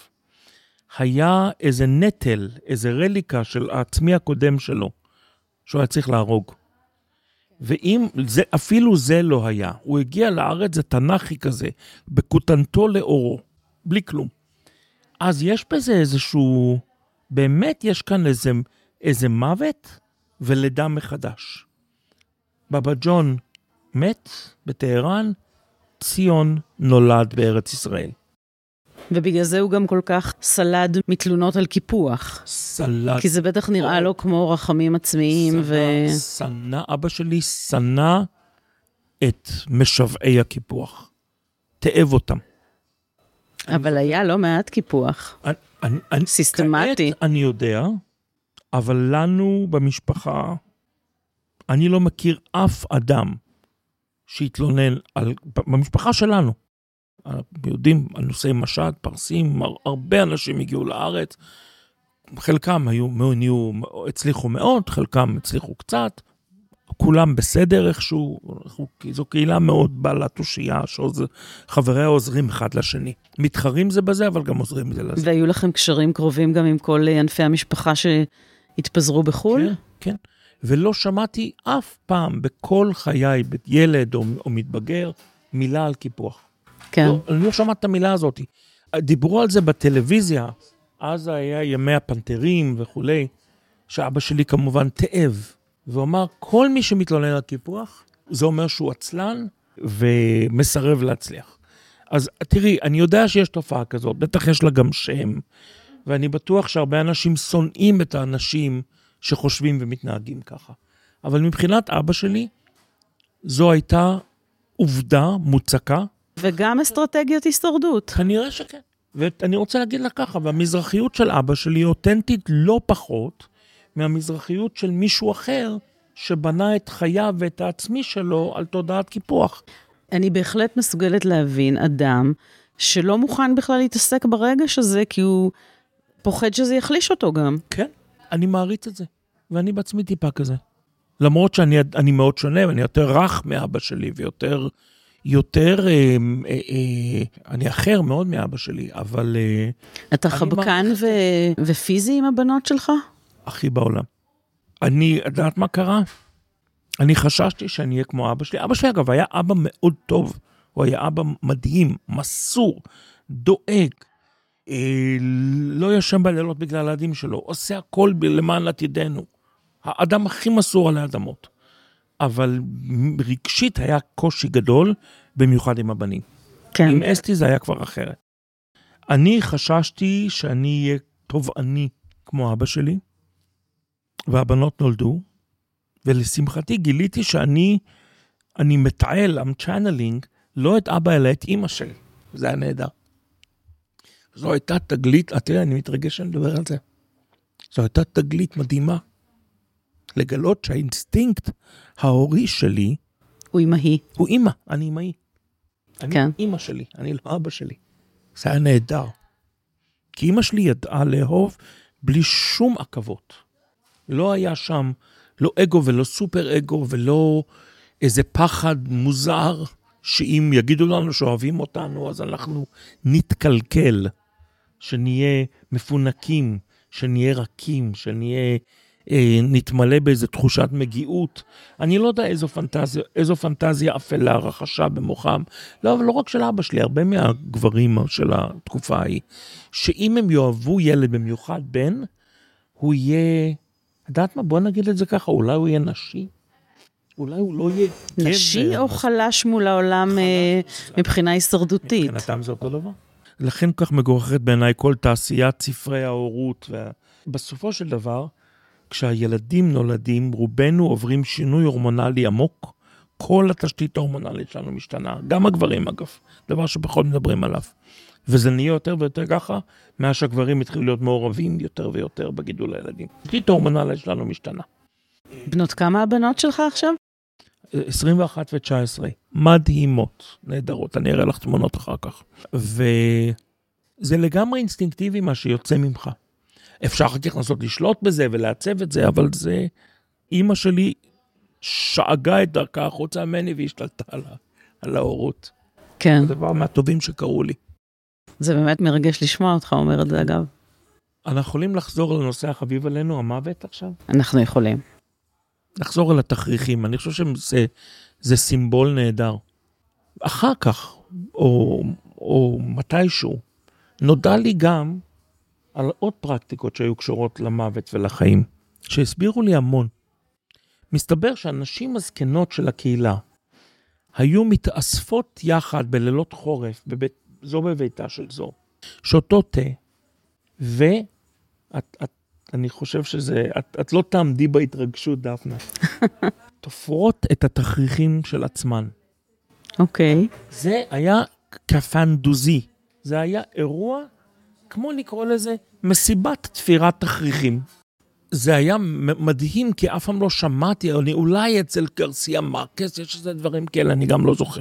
[SPEAKER 3] היה איזה נטל, איזה רליקה של העצמי הקודם שלו, שהוא היה צריך להרוג. ואם זה, אפילו זה לא היה, הוא הגיע לארץ, זה תנכי כזה, בקוטנתו לאורו, בלי כלום. אז יש בזה איזשהו, באמת יש כאן איזה, איזה מוות ולידה מחדש. בבא ג'ון מת בטהרן, ציון נולד בארץ ישראל.
[SPEAKER 2] ובגלל זה הוא גם כל כך סלד מתלונות על קיפוח.
[SPEAKER 3] סלד.
[SPEAKER 2] כי זה בטח נראה לו כמו רחמים עצמיים. ו...
[SPEAKER 3] סנה, אבא שלי סנה את משוועי הקיפוח. תאב אותם.
[SPEAKER 2] אבל היה לא מעט קיפוח.
[SPEAKER 3] אני, אני,
[SPEAKER 2] סיסטמטי.
[SPEAKER 3] כעת אני יודע, אבל לנו במשפחה, אני לא מכיר אף אדם שהתלונן על, במשפחה שלנו. יודעים, הנושאי משד, פרסים, הרבה אנשים הגיעו לארץ, חלקם היו, היו, הצליחו מאוד, חלקם הצליחו קצת, כולם בסדר איכשהו, זו קהילה מאוד בעלת תושייה, שחבריה עוזרים אחד לשני. מתחרים זה בזה, אבל גם עוזרים זה לזה.
[SPEAKER 2] והיו לכם קשרים קרובים גם עם כל ענפי המשפחה שהתפזרו בחול?
[SPEAKER 3] כן, כן. ולא שמעתי אף פעם בכל חיי, ילד או, או מתבגר, מילה על קיפוח.
[SPEAKER 2] כן.
[SPEAKER 3] לא, אני לא שמעת את המילה הזאת. דיברו על זה בטלוויזיה, אז היה ימי הפנתרים וכולי, שאבא שלי כמובן תאב, ואומר, כל מי שמתלונן על קיפוח, זה אומר שהוא עצלן ומסרב להצליח. אז תראי, אני יודע שיש תופעה כזאת, בטח יש לה גם שם, ואני בטוח שהרבה אנשים שונאים את האנשים שחושבים ומתנהגים ככה. אבל מבחינת אבא שלי, זו הייתה עובדה מוצקה.
[SPEAKER 2] וגם אסטרטגיות הישרדות.
[SPEAKER 3] כנראה שכן. ואני רוצה להגיד לך ככה, והמזרחיות של אבא שלי היא אותנטית לא פחות מהמזרחיות של מישהו אחר, שבנה את חייו ואת העצמי שלו על תודעת קיפוח.
[SPEAKER 2] אני בהחלט מסוגלת להבין אדם שלא מוכן בכלל להתעסק ברגש הזה, כי הוא פוחד שזה יחליש אותו גם.
[SPEAKER 3] כן, אני מעריץ את זה. ואני בעצמי טיפה כזה. למרות שאני אני מאוד שונה, ואני יותר רך מאבא שלי, ויותר, יותר, אה, אה, אה, אני אחר מאוד מאבא שלי, אבל... אה,
[SPEAKER 2] אתה חבקן ו... ופיזי עם הבנות שלך?
[SPEAKER 3] הכי בעולם. אני, יודעת מה קרה? אני חששתי שאני אהיה כמו אבא שלי. אבא שלי, אגב, היה אבא מאוד טוב. הוא היה אבא מדהים, מסור, דואג, אה, לא ישן בלילות בגלל הילדים שלו, עושה הכל למען עתידנו. האדם הכי מסור עלי אדמות. אבל רגשית היה קושי גדול, במיוחד עם הבנים.
[SPEAKER 2] כן.
[SPEAKER 3] עם אסתי זה היה כבר אחרת. אני חששתי שאני אהיה תובעני כמו אבא שלי, והבנות נולדו, ולשמחתי גיליתי שאני אני מתעל, I'm channeling, לא את אבא אלא את אמא שלי. זה היה נהדר. זו הייתה תגלית, תראה, אני מתרגש שאני מדבר על זה. זו הייתה תגלית מדהימה. לגלות שהאינסטינקט ההורי שלי,
[SPEAKER 2] הוא אמהי.
[SPEAKER 3] הוא אמא, אני אמאי. אני
[SPEAKER 2] כן.
[SPEAKER 3] אמא שלי, אני לא אבא שלי. זה היה נהדר. כי אמא שלי ידעה לאהוב בלי שום עכבות. לא היה שם לא אגו ולא סופר אגו ולא איזה פחד מוזר, שאם יגידו לנו שאוהבים אותנו, אז אנחנו נתקלקל, שנהיה מפונקים, שנהיה רכים, שנהיה, אה, נתמלא באיזו תחושת מגיעות. אני לא יודע איזו פנטזיה, איזו פנטזיה אפלה רחשה במוחם. לא, אבל לא רק של אבא שלי, הרבה מהגברים של התקופה ההיא, שאם הם יאהבו ילד במיוחד בן, הוא יהיה, יודעת מה, בוא נגיד את זה ככה, אולי הוא יהיה נשי, אולי הוא לא יהיה
[SPEAKER 2] נשי או חלש מול העולם מבחינה הישרדותית?
[SPEAKER 3] מבחינתם זה אותו דבר. לכן כך מגוחכת בעיניי כל תעשיית ספרי ההורות. בסופו של דבר, כשהילדים נולדים, רובנו עוברים שינוי הורמונלי עמוק, כל התשתית ההורמונלית שלנו משתנה, גם הגברים אגב, דבר שפחות מדברים עליו. וזה נהיה יותר ויותר ככה, מאז שהגברים התחילו להיות מעורבים יותר ויותר בגידול הילדים. התשתית ההורמונלית שלנו משתנה.
[SPEAKER 2] בנות כמה הבנות שלך עכשיו?
[SPEAKER 3] עשרים ואחת ו-תשע עשרה, מדהימות, נהדרות, אני אראה לך תמונות אחר כך. וזה לגמרי אינסטינקטיבי מה שיוצא ממך. אפשר אחר כך לנסות לשלוט בזה ולעצב את זה, אבל זה, אמא שלי שאגה את דרכה החוצה ממני והשתלטה על, על ההורות.
[SPEAKER 2] כן.
[SPEAKER 3] זה דבר מהטובים שקראו לי.
[SPEAKER 2] זה באמת מרגש לשמוע אותך, אומר את זה אגב.
[SPEAKER 3] אנחנו יכולים לחזור לנושא החביב עלינו, המוות עכשיו?
[SPEAKER 2] אנחנו יכולים.
[SPEAKER 3] נחזור על התכריכים, אני חושב שזה זה סימבול נהדר. אחר כך, או, או מתישהו, נודע לי גם על עוד פרקטיקות שהיו קשורות למוות ולחיים, שהסבירו לי המון. מסתבר שאנשים הזקנות של הקהילה היו מתאספות יחד בלילות חורף, בבית, זו בביתה של זו, שאותו תה, ואת את, אני חושב שזה, את, את לא תעמדי בהתרגשות, דפנה. תופרות את התכריכים של עצמן.
[SPEAKER 2] אוקיי. Okay.
[SPEAKER 3] זה היה כפנדוזי. זה היה אירוע, כמו לקרוא לזה, מסיבת תפירת תכריכים. זה היה מדהים, כי אף פעם לא שמעתי, או אולי אצל גרסיה מרקס, יש איזה דברים כאלה, אני גם לא זוכר.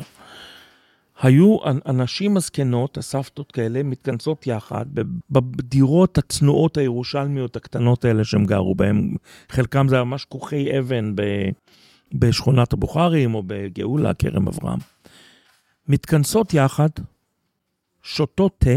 [SPEAKER 3] היו אנשים מזקנות, הסבתות כאלה, מתכנסות יחד, בדירות הצנועות הירושלמיות הקטנות האלה שהם גרו בהם. חלקם זה ממש כוכי אבן בשכונת הבוכרים, או בגאולה, כרם אברהם. מתכנסות יחד, שותות תה,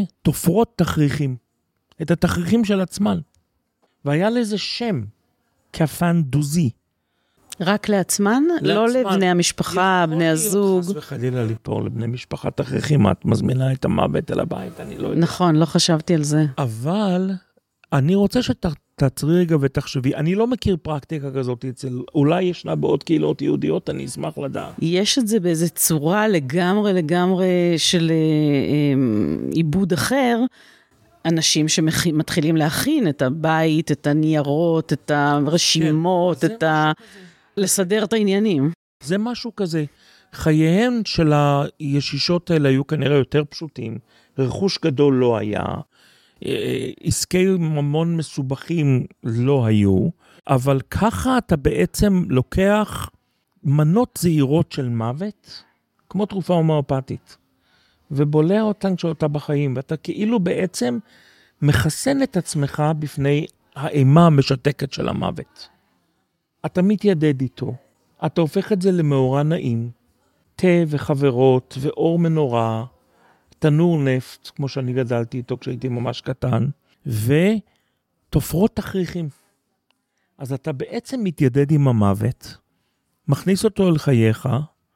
[SPEAKER 3] ותופרות תכריכים. את התכריכים של עצמן. והיה לזה שם, כפן דוזי.
[SPEAKER 2] רק לעצמן? לא לבני המשפחה, בני הזוג.
[SPEAKER 3] חס וחלילה ליפול לבני משפחת אחרים, את מזמינה את המוות אל הבית, אני לא יודע.
[SPEAKER 2] נכון, לא חשבתי על זה.
[SPEAKER 3] אבל אני רוצה שתעצרי רגע ותחשבי, אני לא מכיר פרקטיקה כזאת אצל, אולי ישנה בעוד קהילות יהודיות, אני אשמח לדעת.
[SPEAKER 2] יש את זה באיזו צורה לגמרי לגמרי של עיבוד אחר, אנשים שמתחילים להכין את הבית, את הניירות, את הרשימות, את ה... לסדר את העניינים.
[SPEAKER 3] זה משהו כזה. חייהם של הישישות האלה היו כנראה יותר פשוטים, רכוש גדול לא היה, עסקי ממון מסובכים לא היו, אבל ככה אתה בעצם לוקח מנות זהירות של מוות, כמו תרופה הומאופתית, ובולע אותן כשאתה בחיים, ואתה כאילו בעצם מחסן את עצמך בפני האימה המשתקת של המוות. אתה מתיידד איתו, אתה הופך את זה למאורע נעים, תה וחברות ואור מנורה, תנור נפט, כמו שאני גדלתי איתו כשהייתי ממש קטן, ותופרות תכריכים. אז אתה בעצם מתיידד עם המוות, מכניס אותו אל חייך,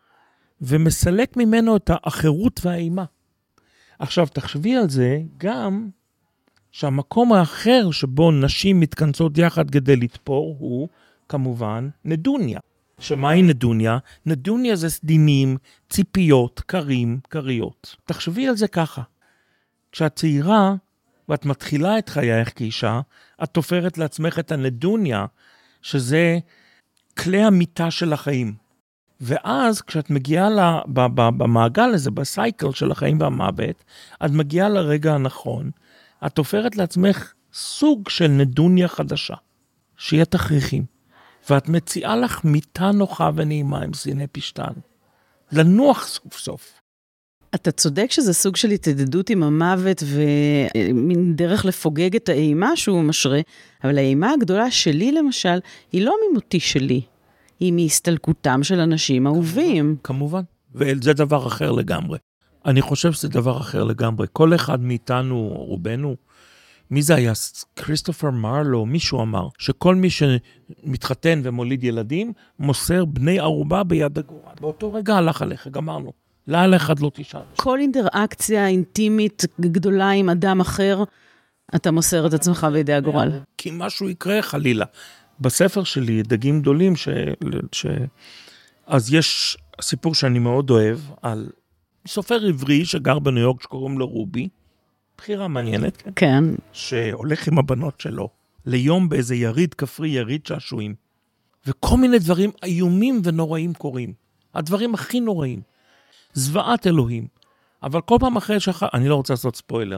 [SPEAKER 3] ומסלק ממנו את האחרות והאימה. עכשיו תחשבי על זה גם שהמקום האחר שבו נשים מתכנסות יחד כדי לתפור הוא כמובן נדוניה. שמהי נדוניה? נדוניה זה סדינים, ציפיות, קרים, קריות. תחשבי על זה ככה. כשאת צעירה ואת מתחילה את חייך כאישה, את תופרת לעצמך את הנדוניה, שזה כלי המיטה של החיים. ואז כשאת מגיעה לה, ב, ב, במעגל הזה, בסייקל של החיים והמוות, את מגיעה לרגע הנכון, את תופרת לעצמך סוג של נדוניה חדשה, שיהיה תכריכים. ואת מציעה לך מיטה נוחה ונעימה עם סיני פשטן. לנוח סוף סוף.
[SPEAKER 2] אתה צודק שזה סוג של התעדדות עם המוות ומין דרך לפוגג את האימה שהוא משרה, אבל האימה הגדולה שלי למשל, היא לא ממותי שלי, היא מהסתלקותם של אנשים אהובים.
[SPEAKER 3] כמובן, וזה דבר אחר לגמרי. אני חושב שזה דבר אחר לגמרי. כל אחד מאיתנו, רובנו, מי זה היה? כריסטופר מרלו, מישהו אמר, שכל מי שמתחתן ומוליד ילדים, מוסר בני ערובה ביד הגורל. באותו רגע הלך עליך, גמרנו. לילה אחד לא תשאל.
[SPEAKER 2] כל אינטראקציה אינטימית גדולה עם אדם אחר, אתה מוסר את עצמך בידי הגורל.
[SPEAKER 3] כי משהו יקרה חלילה. בספר שלי, דגים גדולים, ש... ש... אז יש סיפור שאני מאוד אוהב, על סופר עברי שגר בניו יורק שקוראים לו רובי, בחירה מעניינת, כן?
[SPEAKER 2] כן.
[SPEAKER 3] שהולך עם הבנות שלו, ליום באיזה יריד כפרי, יריד שעשועים. וכל מיני דברים איומים ונוראים קורים. הדברים הכי נוראים. זוועת אלוהים. אבל כל פעם אחרי שחר, אני לא רוצה לעשות ספוילר.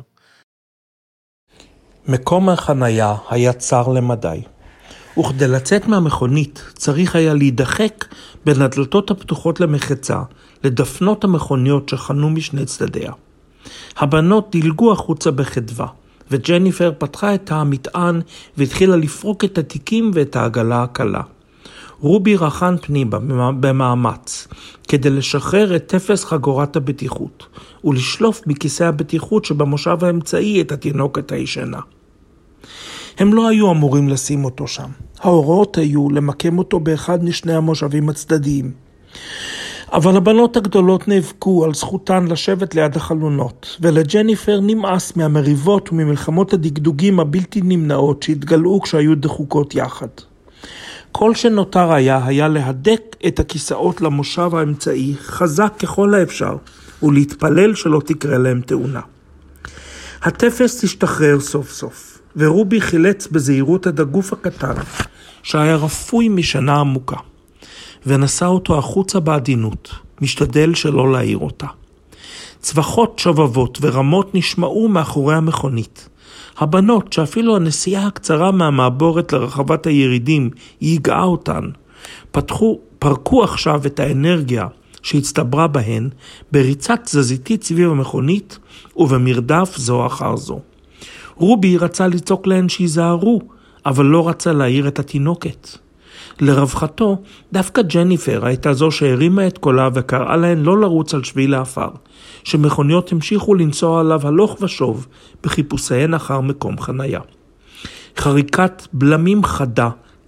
[SPEAKER 3] מקום החנייה היה צר למדי. וכדי לצאת מהמכונית צריך היה להידחק בין הדלתות הפתוחות למחצה, לדפנות המכוניות שחנו משני צדדיה. הבנות דילגו החוצה בחדווה, וג'ניפר פתחה את המטען והתחילה לפרוק את התיקים ואת העגלה הקלה. רובי רחן פנימה במאמץ, כדי לשחרר את תפס חגורת הבטיחות, ולשלוף מכיסא הבטיחות שבמושב האמצעי את התינוקת הישנה. הם לא היו אמורים לשים אותו שם. ההוראות היו למקם אותו באחד משני המושבים הצדדיים. אבל הבנות הגדולות נאבקו על זכותן לשבת ליד החלונות, ולג'ניפר נמאס מהמריבות וממלחמות הדגדוגים הבלתי נמנעות שהתגלעו כשהיו דחוקות יחד. כל שנותר היה, היה להדק את הכיסאות למושב האמצעי חזק ככל האפשר, ולהתפלל שלא תקרה להם תאונה. התפס תשתחרר סוף סוף, ורובי חילץ בזהירות את הגוף הקטן, שהיה רפוי משנה עמוקה, ונשא אותו החוצה בעדינות, משתדל שלא להעיר אותה. צווחות שובבות ורמות נשמעו מאחורי המכונית. הבנות, שאפילו הנסיעה הקצרה מהמעבורת לרחבת הירידים ייגעה אותן, פתחו, פרקו עכשיו את האנרגיה שהצטברה בהן בריצה תזזיתית סביב המכונית ובמרדף זו אחר זו. רובי רצה לצעוק להן שיזהרו, אבל לא רצה להעיר את התינוקת. לרווחתו, דווקא ג'ניפר הייתה זו שהרימה את קולה וקראה להן לא לרוץ על שביל האפר, שמכוניות המשיכו לנסוע עליו הלוך ושוב בחיפושיהן אחר מקום חנייה. חריקת בלמים חדה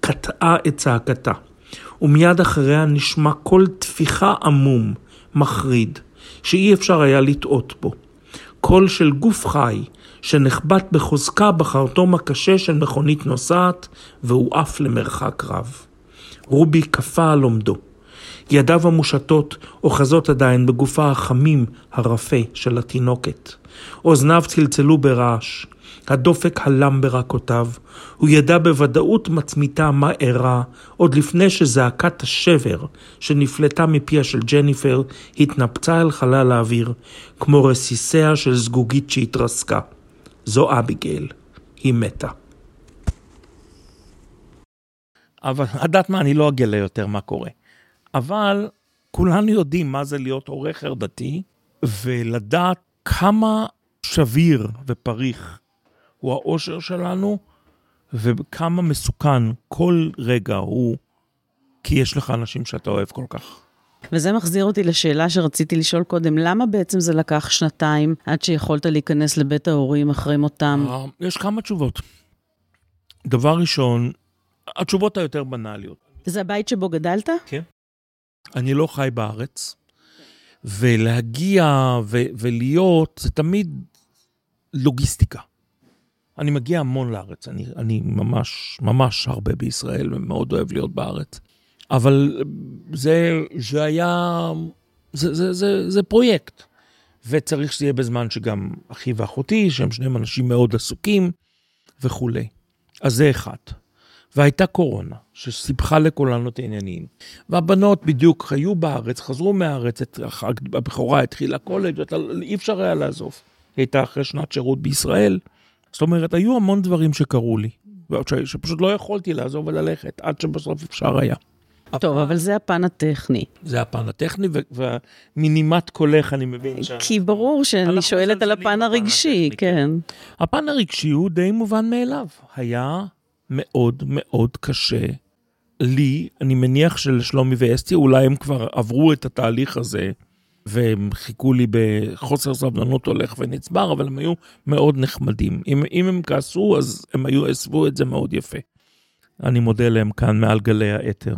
[SPEAKER 3] קטעה את צעקתה, ומיד אחריה נשמע קול תפיחה עמום, מחריד, שאי אפשר היה לטעות בו. קול של גוף חי, שנחבט בחוזקה בחרטום הקשה של מכונית נוסעת, והוא עף למרחק רב. רובי קפא על עומדו. ידיו המושטות אוחזות עדיין בגופה החמים הרפה של התינוקת. אוזניו צלצלו ברעש. הדופק הלם ברקותיו. הוא ידע בוודאות מצמיתה מה אירע, עוד לפני שזעקת השבר שנפלטה מפיה של ג'ניפר התנפצה אל חלל האוויר, כמו רסיסיה של זגוגית שהתרסקה. זו אביגייל. היא מתה. אבל לדעת מה, אני לא אגלה יותר מה קורה. אבל כולנו יודעים מה זה להיות עורך חרדתי, ולדעת כמה שביר ופריך הוא האושר שלנו, וכמה מסוכן כל רגע הוא, כי יש לך אנשים שאתה אוהב כל כך.
[SPEAKER 2] וזה מחזיר אותי לשאלה שרציתי לשאול קודם, למה בעצם זה לקח שנתיים עד שיכולת להיכנס לבית ההורים אחרי מותם?
[SPEAKER 3] יש כמה תשובות. דבר ראשון, התשובות היותר בנאליות.
[SPEAKER 2] זה הבית שבו גדלת?
[SPEAKER 3] כן. אני לא חי בארץ, ולהגיע ו- ולהיות, זה תמיד לוגיסטיקה. אני מגיע המון לארץ, אני, אני ממש, ממש הרבה בישראל, ומאוד אוהב להיות בארץ. אבל זה, זה היה, זה, זה, זה, זה פרויקט. וצריך שזה יהיה בזמן שגם אחי ואחותי, שהם שניהם אנשים מאוד עסוקים, וכו'. אז זה אחד. והייתה קורונה, שסיפחה לכולנו את העניינים. והבנות בדיוק היו בארץ, חזרו מהארץ, הבכורה התחילה קולג', אי אפשר היה לעזוב. היא הייתה אחרי שנת שירות בישראל. זאת אומרת, היו המון דברים שקרו לי, שפשוט לא יכולתי לעזוב וללכת, עד שבסוף אפשר היה.
[SPEAKER 2] טוב, אבל זה הפן הטכני.
[SPEAKER 3] זה הפן הטכני, ומינימת קולך אני מבין.
[SPEAKER 2] כי ברור שאני שואלת על הפן הרגשי, כן.
[SPEAKER 3] הפן הרגשי הוא די מובן מאליו. היה מאוד מאוד קשה לי, אני מניח שלשלומי ואסתי, אולי הם כבר עברו את התהליך הזה, והם חיכו לי בחוסר סבלנות הולך ונצבר, אבל הם היו מאוד נחמדים. אם, אם הם כעסו, אז הם היו, הסבו את זה מאוד יפה. אני מודה להם כאן מעל גלי האתר.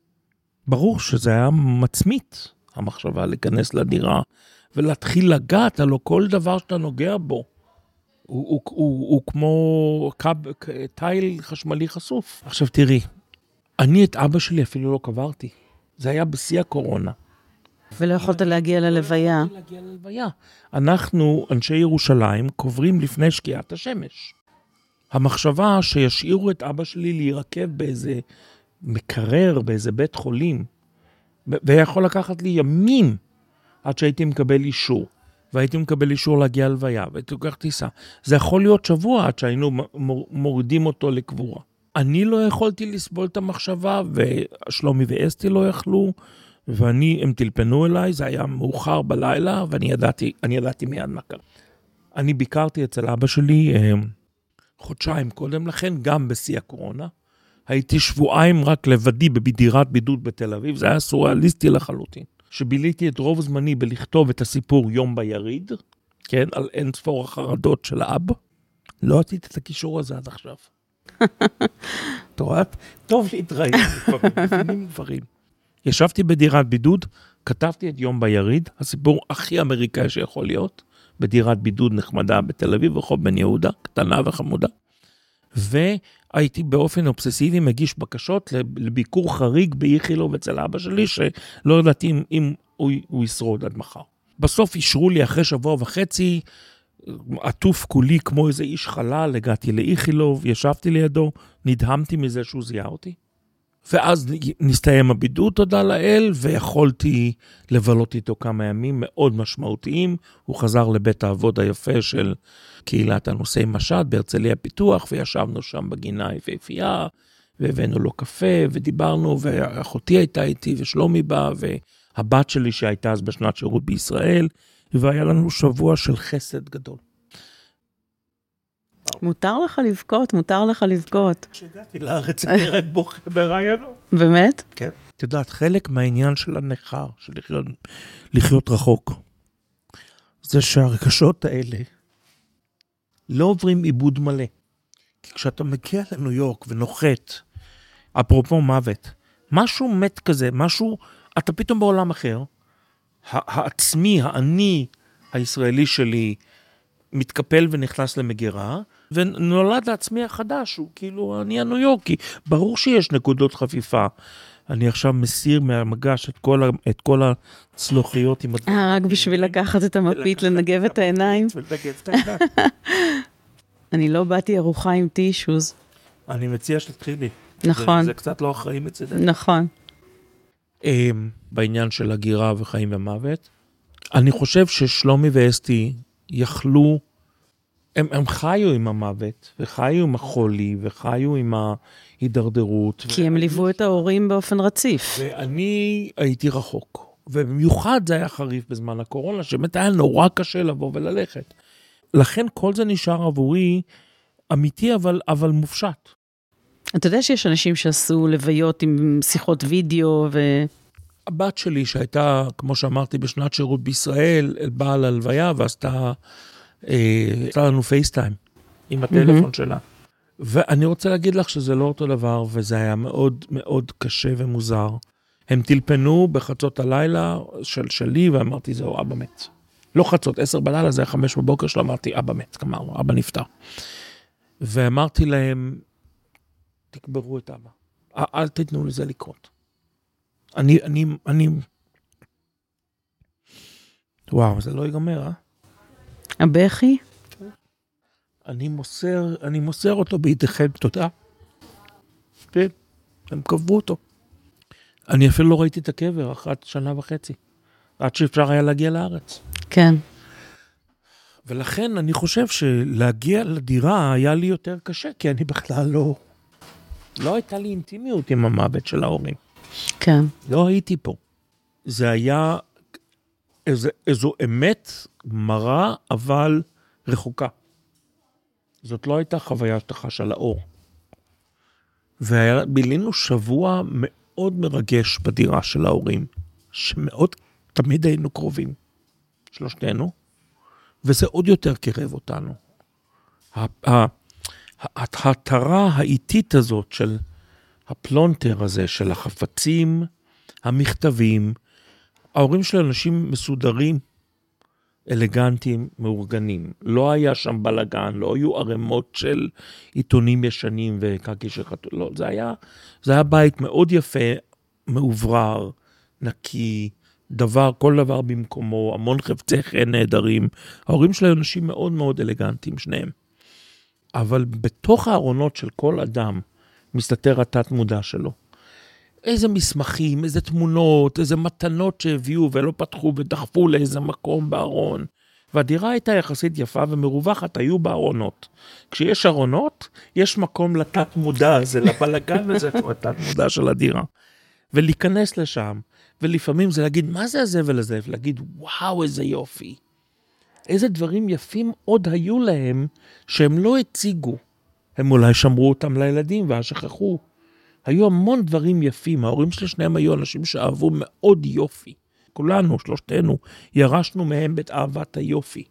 [SPEAKER 3] ברור שזה היה מצמית, המחשבה להיכנס לדירה, ולהתחיל לגעת, הלא כל דבר שאתה נוגע בו, הוא, הוא, הוא, הוא כמו קב, טייל חשמלי חשוף. עכשיו תראי, אני את אבא שלי אפילו לא קברתי. זה היה בשיא הקורונה.
[SPEAKER 2] ולא יכולת להגיע ללוויה.
[SPEAKER 3] לא יכולתי להגיע ללוויה. אנחנו, אנשי ירושלים, קוברים לפני שקיעת השמש. המחשבה שישאירו את אבא שלי להירקב באיזה מקרר, באיזה בית חולים, ויכול לקחת לי ימים עד שהייתי מקבל אישור, והייתי מקבל אישור להגיע ללוויה, והייתי לוקח טיסה. זה יכול להיות שבוע עד שהיינו מורידים אותו לקבורה. אני לא יכולתי לסבול את המחשבה, ושלומי ואסתי לא יכלו, ואני, הם טלפנו אליי, זה היה מאוחר בלילה, ואני ידעתי, אני ידעתי מיד מה קרה. אני ביקרתי אצל אבא שלי חודשיים קודם לכן, גם בשיא הקורונה. הייתי שבועיים רק לבדי בדירת בידוד בתל אביב, זה היה סוריאליסטי לחלוטין. שביליתי את רוב זמני בלכתוב את הסיפור יום ביריד, כן, על אין ספור החרדות של האב. לא עשיתי את הקישור הזה עד עכשיו. תוראת? טוב להתראיין, לפעמים דברים. ישבתי בדירת בידוד, כתבתי את יום ביריד, הסיפור הכי אמריקאי שיכול להיות, בדירת בידוד נחמדה בתל אביב, רחוב בן יהודה, קטנה וחמודה. והייתי באופן אובססיבי מגיש בקשות לביקור חריג באיכילוב אצל אבא שלי, שלא ידעתי אם, אם הוא, הוא ישרוד עד מחר. בסוף אישרו לי אחרי שבוע וחצי, עטוף כולי כמו איזה איש חלל, הגעתי לאיכילוב, ישבתי לידו, נדהמתי מזה שהוא זיהה אותי. ואז נסתיים הבידוד, תודה לאל, ויכולתי לבלות איתו כמה ימים מאוד משמעותיים. הוא חזר לבית האבות היפה של קהילת הנושאי משד בהרצליה פיתוח, וישבנו שם בגינה היפהפייה, והבאנו לו קפה, ודיברנו, ואחותי הייתה איתי, ושלומי בא, והבת שלי שהייתה אז בשנת שירות בישראל, והיה לנו שבוע של חסד גדול.
[SPEAKER 2] מותר לך לבכות, מותר לך לבכות.
[SPEAKER 3] כשהגעתי לארץ, נראית בוכה ברעיונות.
[SPEAKER 2] באמת?
[SPEAKER 3] כן. את יודעת, חלק מהעניין של הנכר, של לחיות, לחיות רחוק, זה שהרגשות האלה לא עוברים עיבוד מלא. כי כשאתה מגיע לניו יורק ונוחת, אפרופו מוות, משהו מת כזה, משהו, אתה פתאום בעולם אחר, העצמי, האני הישראלי שלי, מתקפל ונכנס למגירה, ונולד העצמי החדש, הוא כאילו אני הניו יורקי, ברור שיש נקודות חפיפה, אני עכשיו מסיר מהמגש את כל, את כל הצלוחיות עם...
[SPEAKER 2] אה, רק בשביל לקחת את המפית, לנגב את העיניים.
[SPEAKER 3] ולנגב את העיניים.
[SPEAKER 2] אני לא באתי ארוחה עם טישוז.
[SPEAKER 3] אני מציע שתתחילי.
[SPEAKER 2] נכון.
[SPEAKER 3] זה, זה קצת לא אחראי מצדך.
[SPEAKER 2] נכון.
[SPEAKER 3] בעניין של הגירה וחיים ומוות, אני חושב ששלומי ואסתי יכלו, הם, הם חיו עם המוות, וחיו עם החולי, וחיו עם ההידרדרות.
[SPEAKER 2] כי הם ליוו את ההורים באופן רציף.
[SPEAKER 3] ואני הייתי רחוק. ובמיוחד זה היה חריף בזמן הקורונה, שבאמת היה נורא קשה לבוא וללכת. לכן כל זה נשאר עבורי אמיתי, אבל, אבל מופשט.
[SPEAKER 2] אתה יודע שיש אנשים שעשו לוויות עם שיחות וידאו ו...
[SPEAKER 3] הבת שלי שהייתה, כמו שאמרתי, בשנת שירות בישראל, באה להלוויה ועשתה אה, לנו פייסטיים עם הטלפון mm-hmm. שלה. ואני רוצה להגיד לך שזה לא אותו דבר, וזה היה מאוד מאוד קשה ומוזר. הם טלפנו בחצות הלילה של שלי, ואמרתי, זהו, אבא מת. לא חצות, עשר בלילה, זה היה חמש בבוקר שלו, אמרתי, אבא מת, כלומר, אבא נפטר. ואמרתי להם, תקברו את אבא. אל תתנו לזה לקרות. אני, אני, אני... וואו, זה לא ייגמר, אה?
[SPEAKER 2] הבכי?
[SPEAKER 3] אני מוסר, אני מוסר אותו בידיכם, תודה. כן, הם קברו אותו. אני אפילו לא ראיתי את הקבר אחת שנה וחצי. עד שאפשר היה להגיע לארץ.
[SPEAKER 2] כן.
[SPEAKER 3] ולכן אני חושב שלהגיע לדירה היה לי יותר קשה, כי אני בכלל לא... לא הייתה לי אינטימיות עם המוות של ההורים.
[SPEAKER 2] כן.
[SPEAKER 3] לא הייתי פה. זה היה איזו, איזו אמת מרה, אבל רחוקה. זאת לא הייתה חוויה שתחה של האור. ובילינו שבוע מאוד מרגש בדירה של ההורים, שמאוד תמיד היינו קרובים, שלושתנו, וזה עוד יותר קרב אותנו. ההתרה האיטית הזאת של הפלונטר הזה, של החפצים, המכתבים, ההורים של אנשים מסודרים, אלגנטיים, מאורגנים. לא היה שם בלגן, לא היו ערמות של עיתונים ישנים וקקי שחתו, לא, זה היה, זה היה בית מאוד יפה, מאוברר, נקי, דבר, כל דבר במקומו, המון חפצי חן נהדרים. ההורים של אנשים מאוד מאוד אלגנטיים, שניהם. אבל בתוך הארונות של כל אדם, מסתתר התת מודע שלו. איזה מסמכים, איזה תמונות, איזה מתנות שהביאו ולא פתחו ודחפו לאיזה מקום בארון. והדירה הייתה יחסית יפה ומרווחת, היו בארונות. כשיש ארונות, יש מקום לתת מודע הזה, לבלגן הזה, לתת מודע של הדירה. ולהיכנס לשם, ולפעמים זה להגיד, מה זה הזבל הזה? ולהגיד, וואו, איזה יופי. איזה דברים יפים עוד היו להם, שהם לא הציגו. הם אולי שמרו אותם לילדים, ואז שכחו. היו המון דברים יפים, ההורים של שניהם היו אנשים שאהבו מאוד יופי. כולנו, שלושתנו, ירשנו מהם את אהבת היופי.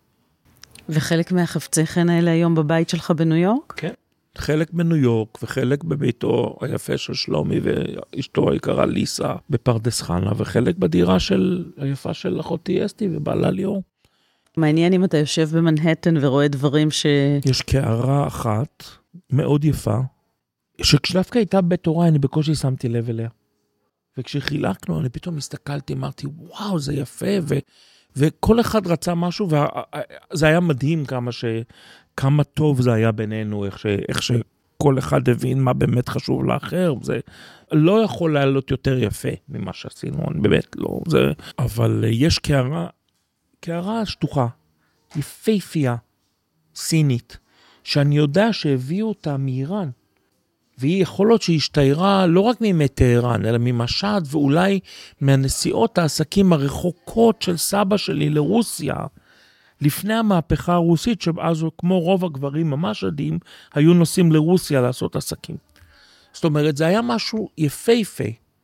[SPEAKER 2] וחלק מהחפצי חן האלה היום בבית שלך בניו יורק?
[SPEAKER 3] כן. חלק בניו יורק, וחלק בביתו היפה של שלומי, ואשתו היקרה ליסה בפרדס חנה, וחלק בדירה של, היפה של אחותי אסתי ובעלה ליאור.
[SPEAKER 2] מעניין אם אתה יושב במנהטן ורואה דברים ש...
[SPEAKER 3] יש קערה אחת מאוד יפה, שכשדווקא הייתה בית תורה, אני בקושי שמתי לב אליה. וכשחילקנו, אני פתאום הסתכלתי, אמרתי, וואו, זה יפה, ו... וכל אחד רצה משהו, וזה היה מדהים כמה, ש... כמה טוב זה היה בינינו, איך, ש... איך שכל אחד הבין מה באמת חשוב לאחר. זה לא יכול לעלות יותר יפה ממה שעשינו, באמת לא. זה... אבל יש קערה, קערה שטוחה, יפהפייה, סינית, שאני יודע שהביאו אותה מאיראן. והיא יכולות שהשתיירה לא רק מימי טהרן, אלא ממשד, ואולי מהנסיעות העסקים הרחוקות של סבא שלי לרוסיה, לפני המהפכה הרוסית, שאז כמו רוב הגברים ממש עדים, היו נוסעים לרוסיה לעשות עסקים. זאת אומרת, זה היה משהו יפהפה,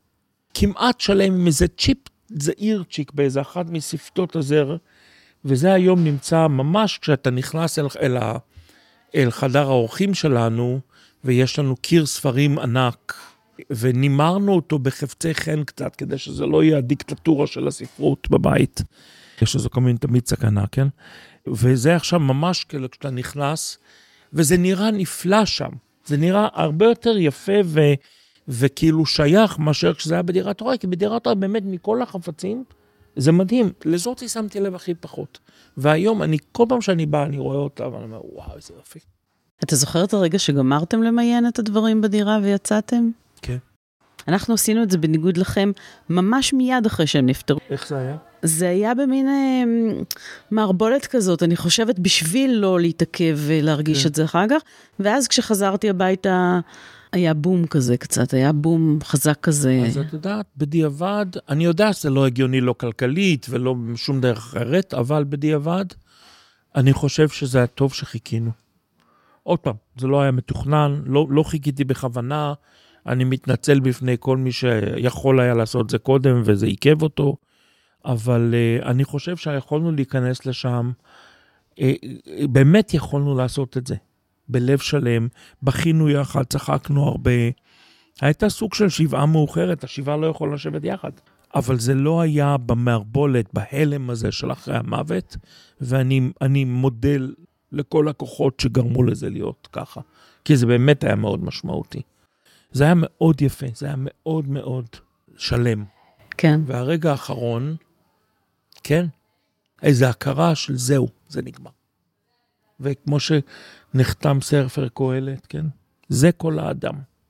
[SPEAKER 3] כמעט שלם עם איזה צ'יפ זעירצ'יק באיזה אחת מספתות הזר, וזה היום נמצא ממש כשאתה נכנס אל, אל, אל חדר האורחים שלנו, ויש לנו קיר ספרים ענק, ונימרנו אותו בחפצי חן קצת, כדי שזה לא יהיה הדיקטטורה של הספרות בבית. יש איזו כמובן תמיד סכנה, כן? וזה עכשיו ממש כאילו כשאתה נכנס, וזה נראה נפלא שם. זה נראה הרבה יותר יפה ו... וכאילו שייך מאשר כשזה היה בדירת הוריי, כי בדירת הוריי באמת מכל החפצים, זה מדהים. לזאתי שמתי לב הכי פחות. והיום אני, כל פעם שאני בא, אני רואה אותה, ואני אומר, וואו, איזה יופי.
[SPEAKER 2] אתה זוכר את הרגע שגמרתם למיין את הדברים בדירה ויצאתם?
[SPEAKER 3] כן.
[SPEAKER 2] אנחנו עשינו את זה בניגוד לכם, ממש מיד אחרי שהם נפטרו.
[SPEAKER 3] איך זה היה?
[SPEAKER 2] זה היה במין אה, מערבולת כזאת, אני חושבת, בשביל לא להתעכב ולהרגיש כן. את זה אחר כך, ואז כשחזרתי הביתה, היה בום כזה קצת, היה בום חזק כזה.
[SPEAKER 3] אז את יודעת, בדיעבד, אני יודע שזה לא הגיוני, לא כלכלית ולא שום דרך אחרת, אבל בדיעבד, אני חושב שזה היה טוב שחיכינו. עוד פעם, זה לא היה מתוכנן, לא, לא חיכיתי בכוונה, אני מתנצל בפני כל מי שיכול היה לעשות זה קודם, וזה עיכב אותו, אבל uh, אני חושב שיכולנו להיכנס לשם, uh, באמת יכולנו לעשות את זה. בלב שלם, בכינו יחד, צחקנו הרבה. הייתה סוג של שבעה מאוחרת, השבעה לא יכול לשבת יחד. אבל זה לא היה במערבולת, בהלם הזה של אחרי המוות, ואני אני מודל לכל הכוחות שגרמו לזה להיות ככה. כי זה באמת היה מאוד משמעותי. זה היה מאוד יפה, זה היה מאוד מאוד שלם.
[SPEAKER 2] כן.
[SPEAKER 3] והרגע האחרון, כן, איזו הכרה של זהו, זה נגמר. וכמו שנחתם ספר קהלת, כן? זה כל האדם.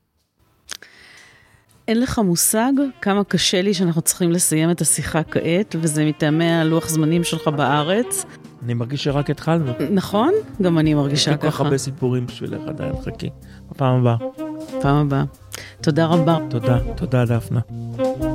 [SPEAKER 2] אין לך מושג כמה קשה לי שאנחנו צריכים לסיים את השיחה כעת, וזה מטעמי הלוח זמנים שלך בארץ.
[SPEAKER 3] אני מרגיש שרק התחלנו.
[SPEAKER 2] נכון? גם אני מרגישה ככה.
[SPEAKER 3] יש כל כך הרבה סיפורים בשבילך, עדיין חכי. בפעם הבאה.
[SPEAKER 2] פעם הבאה. תודה רבה.
[SPEAKER 3] תודה, תודה דפנה.